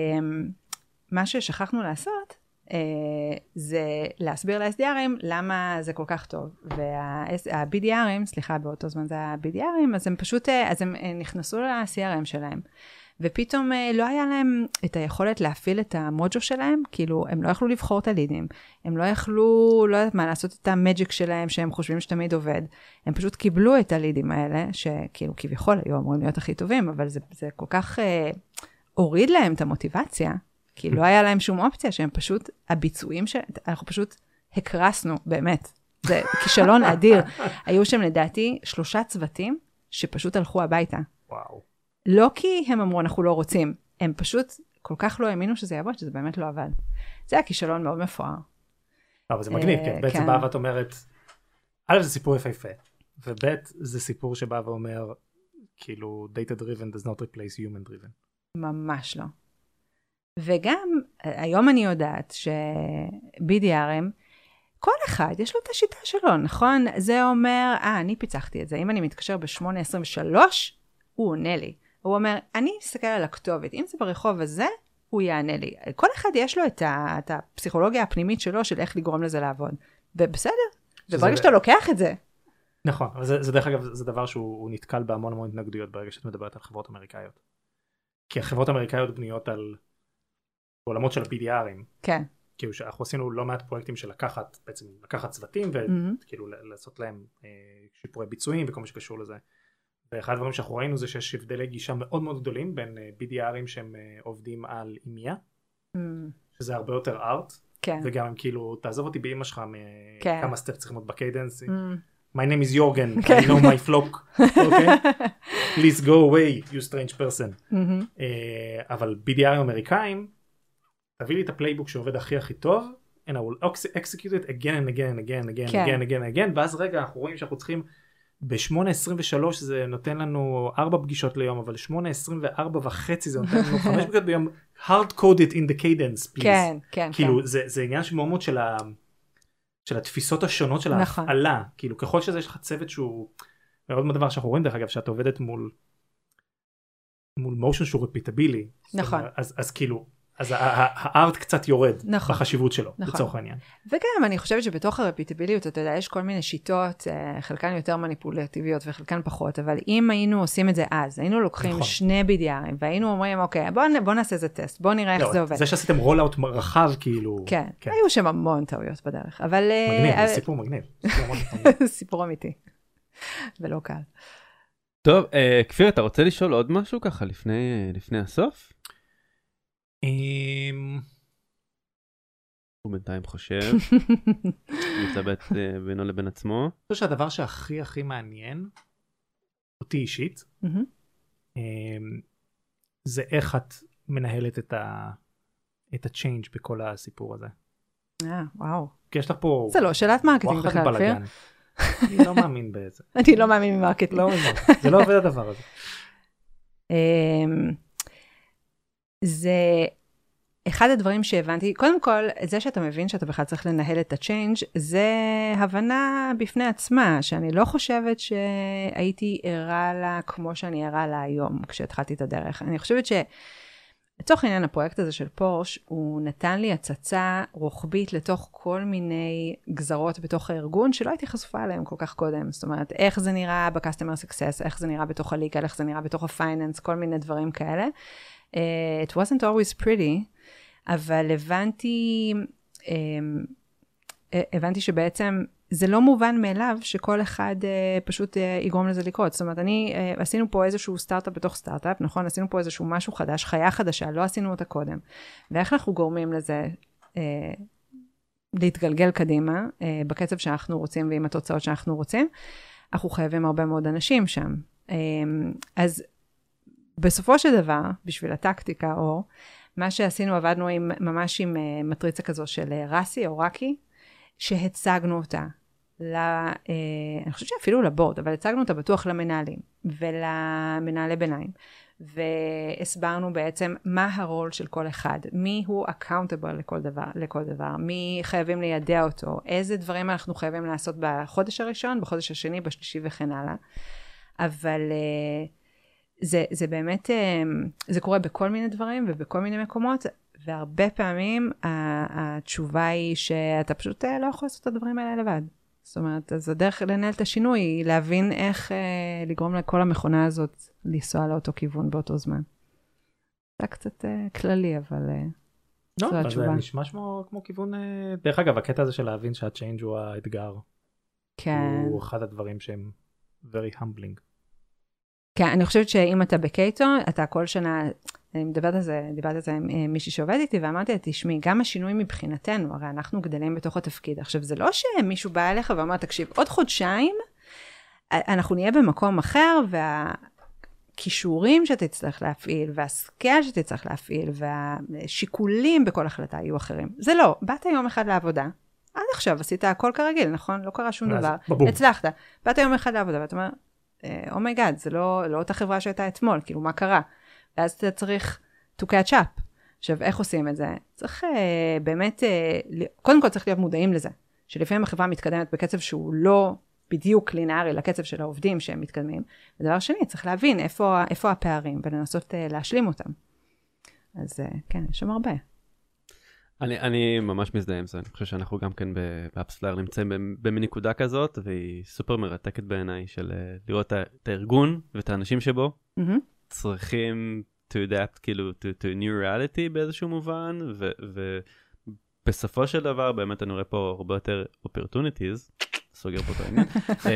מה ששכחנו לעשות, זה להסביר ל-אס די ארים למה זה כל כך טוב. וה-בי די ארים, סליחה, באותו זמן זה ה-בי די ארים, אז הם פשוט, אז הם נכנסו ל-סי אר אם שלהם. ופתאום לא היה להם את היכולת להפעיל את המוג'ו שלהם, כאילו הם לא יכלו לבחור את הלידים, הם לא יכלו, לא יודעת מה, לעשות את המג'יק שלהם שהם חושבים שתמיד עובד, הם פשוט קיבלו את הלידים האלה, שכאילו כביכול היו אמורים להיות הכי טובים, אבל זה, זה כל כך אה, הוריד להם את המוטיבציה, כי לא היה להם שום אופציה, שהם פשוט, הביצועים שאנחנו פשוט הקרסנו, באמת, זה כישלון אדיר, היו שם לדעתי שלושה צוותים שפשוט הלכו הביתה. וואו. לא כי הם אמרו, אנחנו לא רוצים, הם פשוט כל כך לא האמינו שזה יעבוד, שזה באמת לא עבד. זה היה כישלון מאוד מפואר. אבל זה מגניב, כן. בעצם באה ואת אומרת, א' זה סיפור יפהפה, וב' זה סיפור שבא ואומר, כאילו, data driven does not replace human driven. ממש לא. וגם, היום אני יודעת ש-בי די ארים, כל אחד יש לו את השיטה שלו, נכון? זה אומר, אה, אני פיצחתי את זה, אם אני מתקשר ב-שמונה עשרים ושלוש, הוא עונה לי. הוא אומר, אני אסתכל על הכתובת, אם זה ברחוב הזה, הוא יענה לי. כל אחד יש לו את, ה, את הפסיכולוגיה הפנימית שלו, של איך לגרום לזה לעבוד. ובסדר, וברגע שאתה לוקח את זה. נכון, אבל זה, זה דרך אגב, זה דבר שהוא נתקל בהמון המון התנגדויות, ברגע שאת מדברת על חברות אמריקאיות. כי החברות האמריקאיות בנויות על עולמות של ה-בי די ארים. כן. כאילו שאנחנו עשינו לא מעט פרויקטים של לקחת, בעצם לקחת צוותים, וכאילו לעשות להם שיפורי ביצועים וכל מה שקשור לזה. ואחד הדברים שאנחנו ראינו זה שיש הבדלי גישה מאוד מאוד גדולים בין בי די ארים שהם עובדים על אימיה, mm. שזה הרבה יותר ארט, כן. וגם הם כאילו, תעזוב אותי באמא שלך, כן. כמה סטפ צריכים להיות בקיידנס, mm. My name is Jorgen, I know my flock, אוקיי? Please go away, you strange person. אבל בי די איי אמריקאים, תביא לי את הפלייבוק שעובד הכי הכי טוב, and I will execute it again and again and again and again and again and again and again, ואז רגע אנחנו רואים שאנחנו צריכים, ב-שמונה עשרים ושלוש זה נותן לנו ארבע פגישות ליום, אבל ב-שמונה עשרים וארבע וחצי זה נותן לנו חמש פגישות ביום, hard coded in the cadence, please. כן, כן, כאילו, כן. זה, זה עניין שמאוד של ה... של התפיסות השונות של נכון. ההפעלה, כאילו ככל שזה יש לך צוות שהוא, ועוד דבר שאנחנו רואים דרך אגב, שאת עובדת מול, מול מושן שהוא רפיטבילי, נכון. אומרת, אז, אז כאילו, אז הארט קצת יורד נכון. בחשיבות שלו, נכון. לצורך העניין. וגם אני חושבת שבתוך הרפיטביליות, אתה יודע, יש כל מיני שיטות, חלקן יותר מניפולטיביות וחלקן פחות, אבל אם היינו עושים את זה אז, היינו לוקחים נכון. שני בי די איי, והיינו אומרים, אוקיי, בוא, בוא נעשה איזה טסט, בוא נראה לא, איך זה עובד. זה שעשיתם רול-אוט רחב, כאילו... כן, כן, היו שם המון טעויות בדרך, אבל... מגניב, זה סיפור מגניב. סיפור אמיתי, ולא קל. טוב, כפיר, אתה רוצה לשאול עוד משהו ככה לפני, לפני הסוף? הוא בינתיים חושב, מתלבט בינו לבין עצמו. אני חושב שהדבר שהכי הכי מעניין, אותי אישית, זה איך את מנהלת את ה-change בכל הסיפור הזה. אה, וואו. כי יש לך פה... זה לא שאלת מרקטינג בכלל, כפיר. אני לא מאמין בזה. אני לא מאמין במרקטינג. לא, זה לא עובד הדבר הזה. זה אחד הדברים שהבנתי, קודם כל, זה שאתה מבין שאתה בכלל צריך לנהל את ה-change, זה הבנה בפני עצמה, שאני לא חושבת שהייתי ערה לה כמו שאני ערה לה היום, כשהתחלתי את הדרך. אני חושבת שלצורך העניין הפרויקט הזה של פורש, הוא נתן לי הצצה רוחבית לתוך כל מיני גזרות בתוך הארגון, שלא הייתי חשופה עליהם כל כך קודם. זאת אומרת, איך זה נראה ב-customer success, איך זה נראה בתוך ה-legal, איך זה נראה בתוך ה-finance, כל מיני דברים כאלה. Uh, it wasn't always pretty, אבל הבנתי, um, הבנתי שבעצם זה לא מובן מאליו שכל אחד uh, פשוט uh, יגרום לזה לקרות. זאת אומרת, אני, uh, עשינו פה איזשהו סטארט-אפ בתוך סטארט-אפ, נכון? עשינו פה איזשהו משהו חדש, חיה חדשה, לא עשינו אותה קודם. ואיך אנחנו גורמים לזה uh, להתגלגל קדימה, uh, בקצב שאנחנו רוצים ועם התוצאות שאנחנו רוצים? אנחנו חייבים הרבה מאוד אנשים שם. Um, אז בסופו של דבר, בשביל הטקטיקה, או מה שעשינו, עבדנו עם, ממש עם uh, מטריצה כזו של uh, רסי או רקי, שהצגנו אותה, לה, uh, אני חושבת שאפילו לבורד, אבל הצגנו אותה בטוח למנהלים, ולמנהלי ביניים, והסברנו בעצם מה הרול של כל אחד, מי הוא accountable לכל דבר, לכל דבר, מי חייבים לידע אותו, איזה דברים אנחנו חייבים לעשות בחודש הראשון, בחודש השני, בשלישי וכן הלאה. אבל... Uh, זה, זה באמת, זה קורה בכל מיני דברים ובכל מיני מקומות, והרבה פעמים התשובה היא שאתה פשוט לא יכול לעשות את הדברים האלה לבד. זאת אומרת, אז הדרך לנהל את השינוי היא להבין איך לגרום לכל המכונה הזאת לנסוע לאותו כיוון באותו זמן. זה קצת כללי, אבל לא, זו התשובה. זה נשמע שמו כמו כיוון, דרך אגב, הקטע הזה של להבין שהצ'יינג' הוא האתגר. כן. הוא אחד הדברים שהם very humbling. כן, אני חושבת שאם אתה בקייטו, אתה כל שנה, אני מדברת על זה, דיברת על זה עם מישהי שעובד איתי, ואמרתי לה, תשמעי, גם השינוי מבחינתנו, הרי אנחנו גדלים בתוך התפקיד. עכשיו, זה לא שמישהו בא אליך ואומר, תקשיב, עוד חודשיים, אנחנו נהיה במקום אחר, והכישורים שתצטרך להפעיל, והסקייל שתצטרך להפעיל, והשיקולים בכל החלטה יהיו אחרים. זה לא, באת יום אחד לעבודה, עד עכשיו עשית הכל כרגיל, נכון? לא קרה שום דבר. הצלחת. באת יום אחד לעבודה, ואתה אומר, אומייגאד, זה לא, לא אותה חברה שהייתה אתמול, כאילו מה קרה? ואז אתה צריך to catch up. עכשיו, איך עושים את זה? צריך uh, באמת, uh, קודם כל צריך להיות מודעים לזה, שלפעמים החברה מתקדמת בקצב שהוא לא בדיוק לינארי לקצב של העובדים שהם מתקדמים. ודבר שני, צריך להבין איפה, איפה הפערים, ולנסות uh, להשלים אותם. אז uh, כן, יש שם הרבה. אני, אני ממש מזדהה עם זה, אני חושב שאנחנו גם כן באפספלייר נמצאים במנקודה כזאת, והיא סופר מרתקת בעיניי של לראות את הארגון ואת האנשים שבו, mm-hmm. צריכים to adapt כאילו to, to a new reality באיזשהו מובן, ו, ובסופו של דבר באמת אני רואה פה הרבה יותר opportunities, סוגר פה את העניין,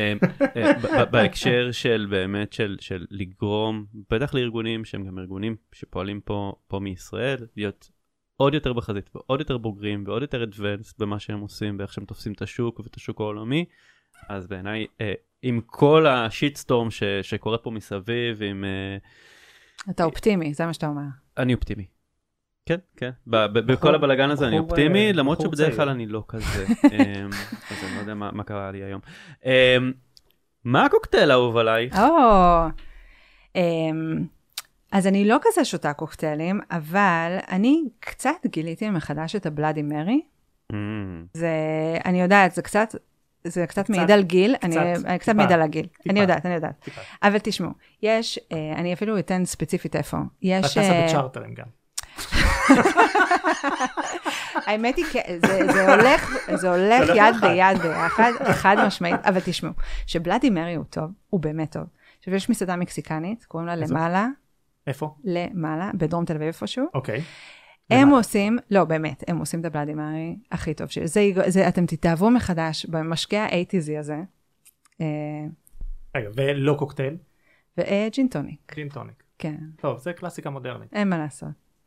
בהקשר של באמת של, של לגרום, בטח לארגונים שהם גם ארגונים שפועלים פה, פה מישראל, להיות עוד יותר בחזית, ועוד יותר בוגרים, ועוד יותר advanced במה שהם עושים, ואיך שהם תופסים את השוק ואת השוק העולמי, אז בעיניי, אה, עם כל השיטסטורם ש, שקורה פה מסביב, עם... אה, אתה אופטימי, זה מה שאתה אומר. אני אופטימי. כן, כן. ב- ב- בכל הבלגן הזה אני בחור, אופטימי, אה, למרות בחור שבדרך צעיר. כלל אני לא כזה. אה, אז אני לא יודע מה מה קרה לי היום. אה, מה הקוקטייל האהוב עלייך? או, אמ, אז אני לא כזה שותה קוקטיילים, אבל אני קצת גיליתי מחדש את הבלאדי מרי. Mm, זה, אני יודעת, זה קצת, זה קצת קצת, מעיד על גיל, אני קצת, אני קצת טיפה, מעיד על הגיל. טיפה. אני יודעת, אני יודעת. טיפה. אבל תשמעו, יש, אה, אני אפילו אתן ספציפית איפה. יש... את טסה אה, בצ'ארטרים גם. האמת היא, כן, זה, זה הולך, זה הולך זה הולך יד יחד. ביד ביחד, אחד משמעית, אבל תשמעו, שבלאדי מרי הוא טוב, הוא באמת טוב. עכשיו, יש מסעדה מקסיקנית, קוראים לה איזו? למעלה, איפה? למעלה, בדרום תל אביב איפשהו. אוקיי. הם למעלה. עושים, לא, באמת, הם עושים את הבלאדי מרי הכי טוב שיש. זה, זה, אתם תתאהבו מחדש במשקע ה-שמונים הזה, אה, רגע, ולא קוקטייל? וג'ין טוניק, ג'ין טוניק. כן, טוב, זה קלאסיקה מודרנית. אין מה לעשות.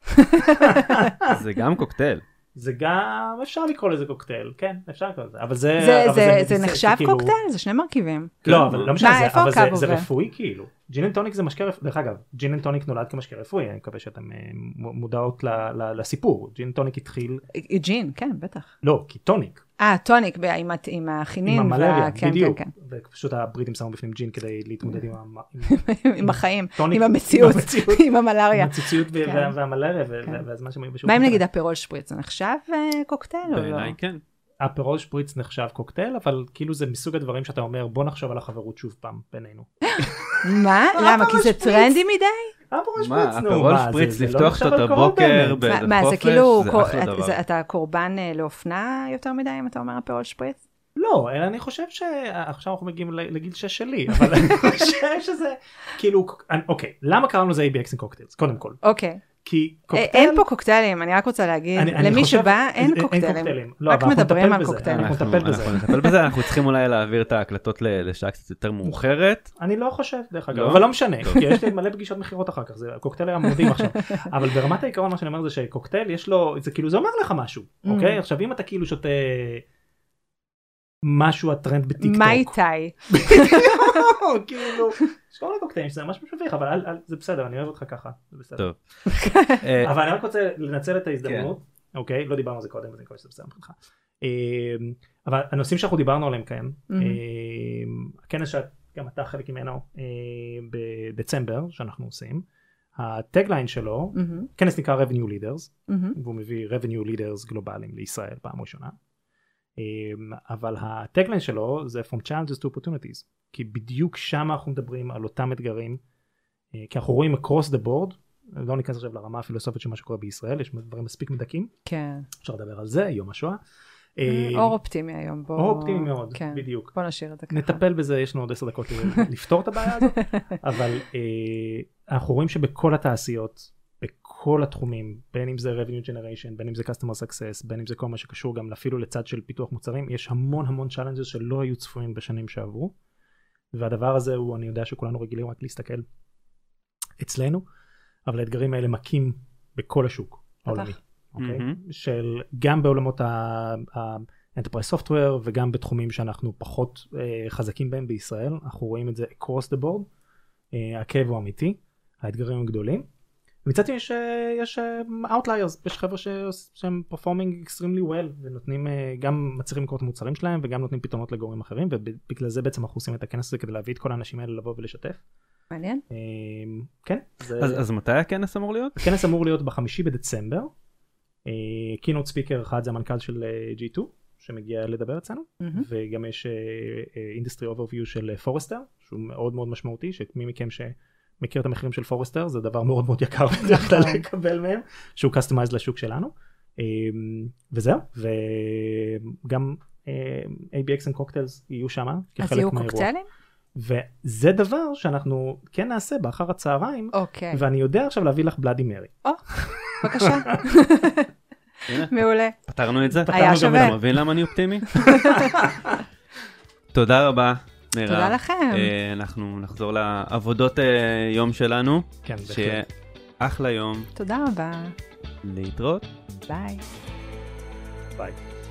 זה גם קוקטייל. זה גם, אפשר לקרוא לזה קוקטייל, כן, אפשר לקרוא לזה, אבל זה... זה, אבל זה, זה זה נחשב כאילו- קוקטייל? זה שני מרכיבים. לא, אבל לא משנה, מה, זה- איפה אבל זה- הקו זה עובר? רפואי כאילו. ג'ין אנד טוניק זה משקה רפואי, דרך אגב, ג'ין אנד טוניק נולד כמשקה רפואי, אני מקווה שאתם אה, מודעות ל- ל- לסיפור. ג'ין אנד טוניק התחיל, ג'ין, כן, בטח. לא, כי טוניק, אה, טוניק, ב- עם, הת- עם הכינים. עם המלריה, וה- כן, בדיוק. כן, ופשוט הבריטים שמו בפנים ג'ין כדי להתמודד עם המ- עם- כן. עם החיים, טוניק, עם המציאות, עם המציאות. עם המלריה. עם הציציות ו- כן. וה- והמלריה ו- כן. והזמן שהם היו בשוק. מה אם נגיד אפרול שפריץ, זה נחשב אה, קוקטייל או לא? בעיניי כן. אפרול שפריץ נחשב קוקטייל, אבל כאילו זה מסוג הדברים שאתה אומר, בוא נחשוב על החברות שוב פעם בינינו. מה? למה? כי זה שפריץ. טרנדי מדי? אפרול מה, שפריץ, נו, אפרול מה, שפריץ, זה- זה לא לפתוח נחשב אותו את אלכוהול הבוקר באמת. ב- מה, זה בחופש, כאילו, זה קור- אחלה את- דבר. זה- אתה קורבן אה, לאופנה יותר מדי אם אתה אומר אפרול שפריץ? לא, אלא אני חושב שעכשיו אנחנו מגיעים לגיל שש שלי, אבל אני חושב שזה, כאילו, אוקיי, למה קראנו לזה איי בי אקס קוקטיילס? קודם כל, אוקיי. כי אה, קוקטייל... אין פה קוקטיילים, אני רק רוצה להגיד, אני- אני למי חושב- שבא אין אין קוקטיילים. לא, רק אבל אנחנו מדברים נטפל על בזה, קוקטיילים. אנחנו אנחנו נטפל בזה. אנחנו נטפל בזה, אנחנו צריכים אולי להעביר את ההקלטות ל- לשעה קצת יותר מאוחרת. אני לא חושב, דרך אגב, לא? אבל לא משנה, כי יש לי מלא פגישות מכירות אחר כך, זה קוקטייל היה מדהים עכשיו, אבל ברמת העיקרון מה שאני אומר זה שקוקטייל יש לו, זה כאילו זה אומר לך משהו, Mm. אוקיי? עכשיו אם אתה כאילו שותה משהו הטרנד בטיקטוק, מאי טאי. כאילו, יש כל מיני קוקטיילים שזה ממש משוביך, אבל אל- אל- זה בסדר, אני אוהב אותך ככה, זה בסדר. טוב. אה, אבל אני רק רוצה לנצל את ההזדמנות, אוקיי? לא דיברנו על זה קודם, אז אני מקווה שזה בסדר מבחינתך. אה, אבל הנושאים שאנחנו דיברנו עליהם כאן, אה, הכנס שגם אתה חלק ממנו אה, בדצמבר שאנחנו עושים, הטגליין שלו, מהמם, כנס נקרא Revenue Leaders, מהמם. והוא מביא Revenue Leaders גלובליים לישראל פעם ראשונה. אה, אבל הטגליין שלו זה From Challenges to Opportunities, כי בדיוק שם אנחנו מדברים על אותם אתגרים, אה, כי אנחנו רואים across the board, לא ניכנס עכשיו לרמה הפילוסופית של מה שקורה בישראל, יש דברים מספיק מדקים, כן. אפשר לדבר על זה, יום השואה. אה, אור אופטימי היום. בוא- אור אופטימי מאוד, כן. בדיוק. בוא נשאיר את זה ככה. נטפל בזה, יש לנו עוד עשר דקות לפתור את הבעיה הזאת, אבל אה, אנחנו רואים שבכל התעשיות, בכל התחומים, בין אם זה revenue generation, בין אם זה customer success, בין אם זה כל מה שקשור גם אפילו לצד של פיתוח מוצרים, יש המון המון challenges שלא היו צפויים בשנים שעברו, והדבר הזה הוא, אני יודע שכולנו רגילים רק להסתכל אצלנו, אבל האתגרים האלה מכים בכל השוק העולמי. אוקיי? מהמם. של גם בעולמות ה-enterprise software וגם בתחומים שאנחנו פחות אה, חזקים בהם בישראל, אנחנו רואים את זה across the board, אה, הכאב הוא אמיתי, האתגרים הם גדולים. מצד שני יש, אה, יש אה, outliers, יש חבר'ה ש- שהם performing extremely well ונותנים, אה, גם מצליחים לקרוא את המוצרים שלהם וגם נותנים פתרונות לגורמים אחרים, ובגלל זה בעצם אנחנו עושים את הכנס הזה כדי להביא את כל האנשים האלה לבוא ולשתף. מעניין. אה, כן, זה... אז אז מתי הכנס אמור להיות? הכנס אמור להיות בחמישי בדצמבר. קינות ספיקר אחד זה המנכ"ל של ג'י טו שמגיע לדבר אצלנו, מהמם. וגם יש אינדסטרי אוברוויו של פורסטר שהוא מאוד מאוד משמעותי, שמי מכם שמכיר את המחירים של פורסטר זה דבר מאוד מאוד יקר בדרך כלל לקבל מהם, שהוא קסטומייז לשוק שלנו. אה, וזהו, וגם איי בי אקס and Cocktails יהיו שם אז כחלק יהיו מהאירוע. קוקטיילים? וזה דבר שאנחנו כן נעשה באחר הצהריים, אוקיי. ואני יודע עכשיו להביא לך בלאדי מרי. בבקשה. הנה, מעולה. פתרנו את זה. היה גם שווה. אתה מבין למה אני אופטימי? תודה רבה, מירב. תודה לכם. אה, אנחנו נחזור לעבודות אה, יום שלנו. כן, בהחלט. שיהיה אחלה יום. תודה רבה. להתראות. ביי. ביי.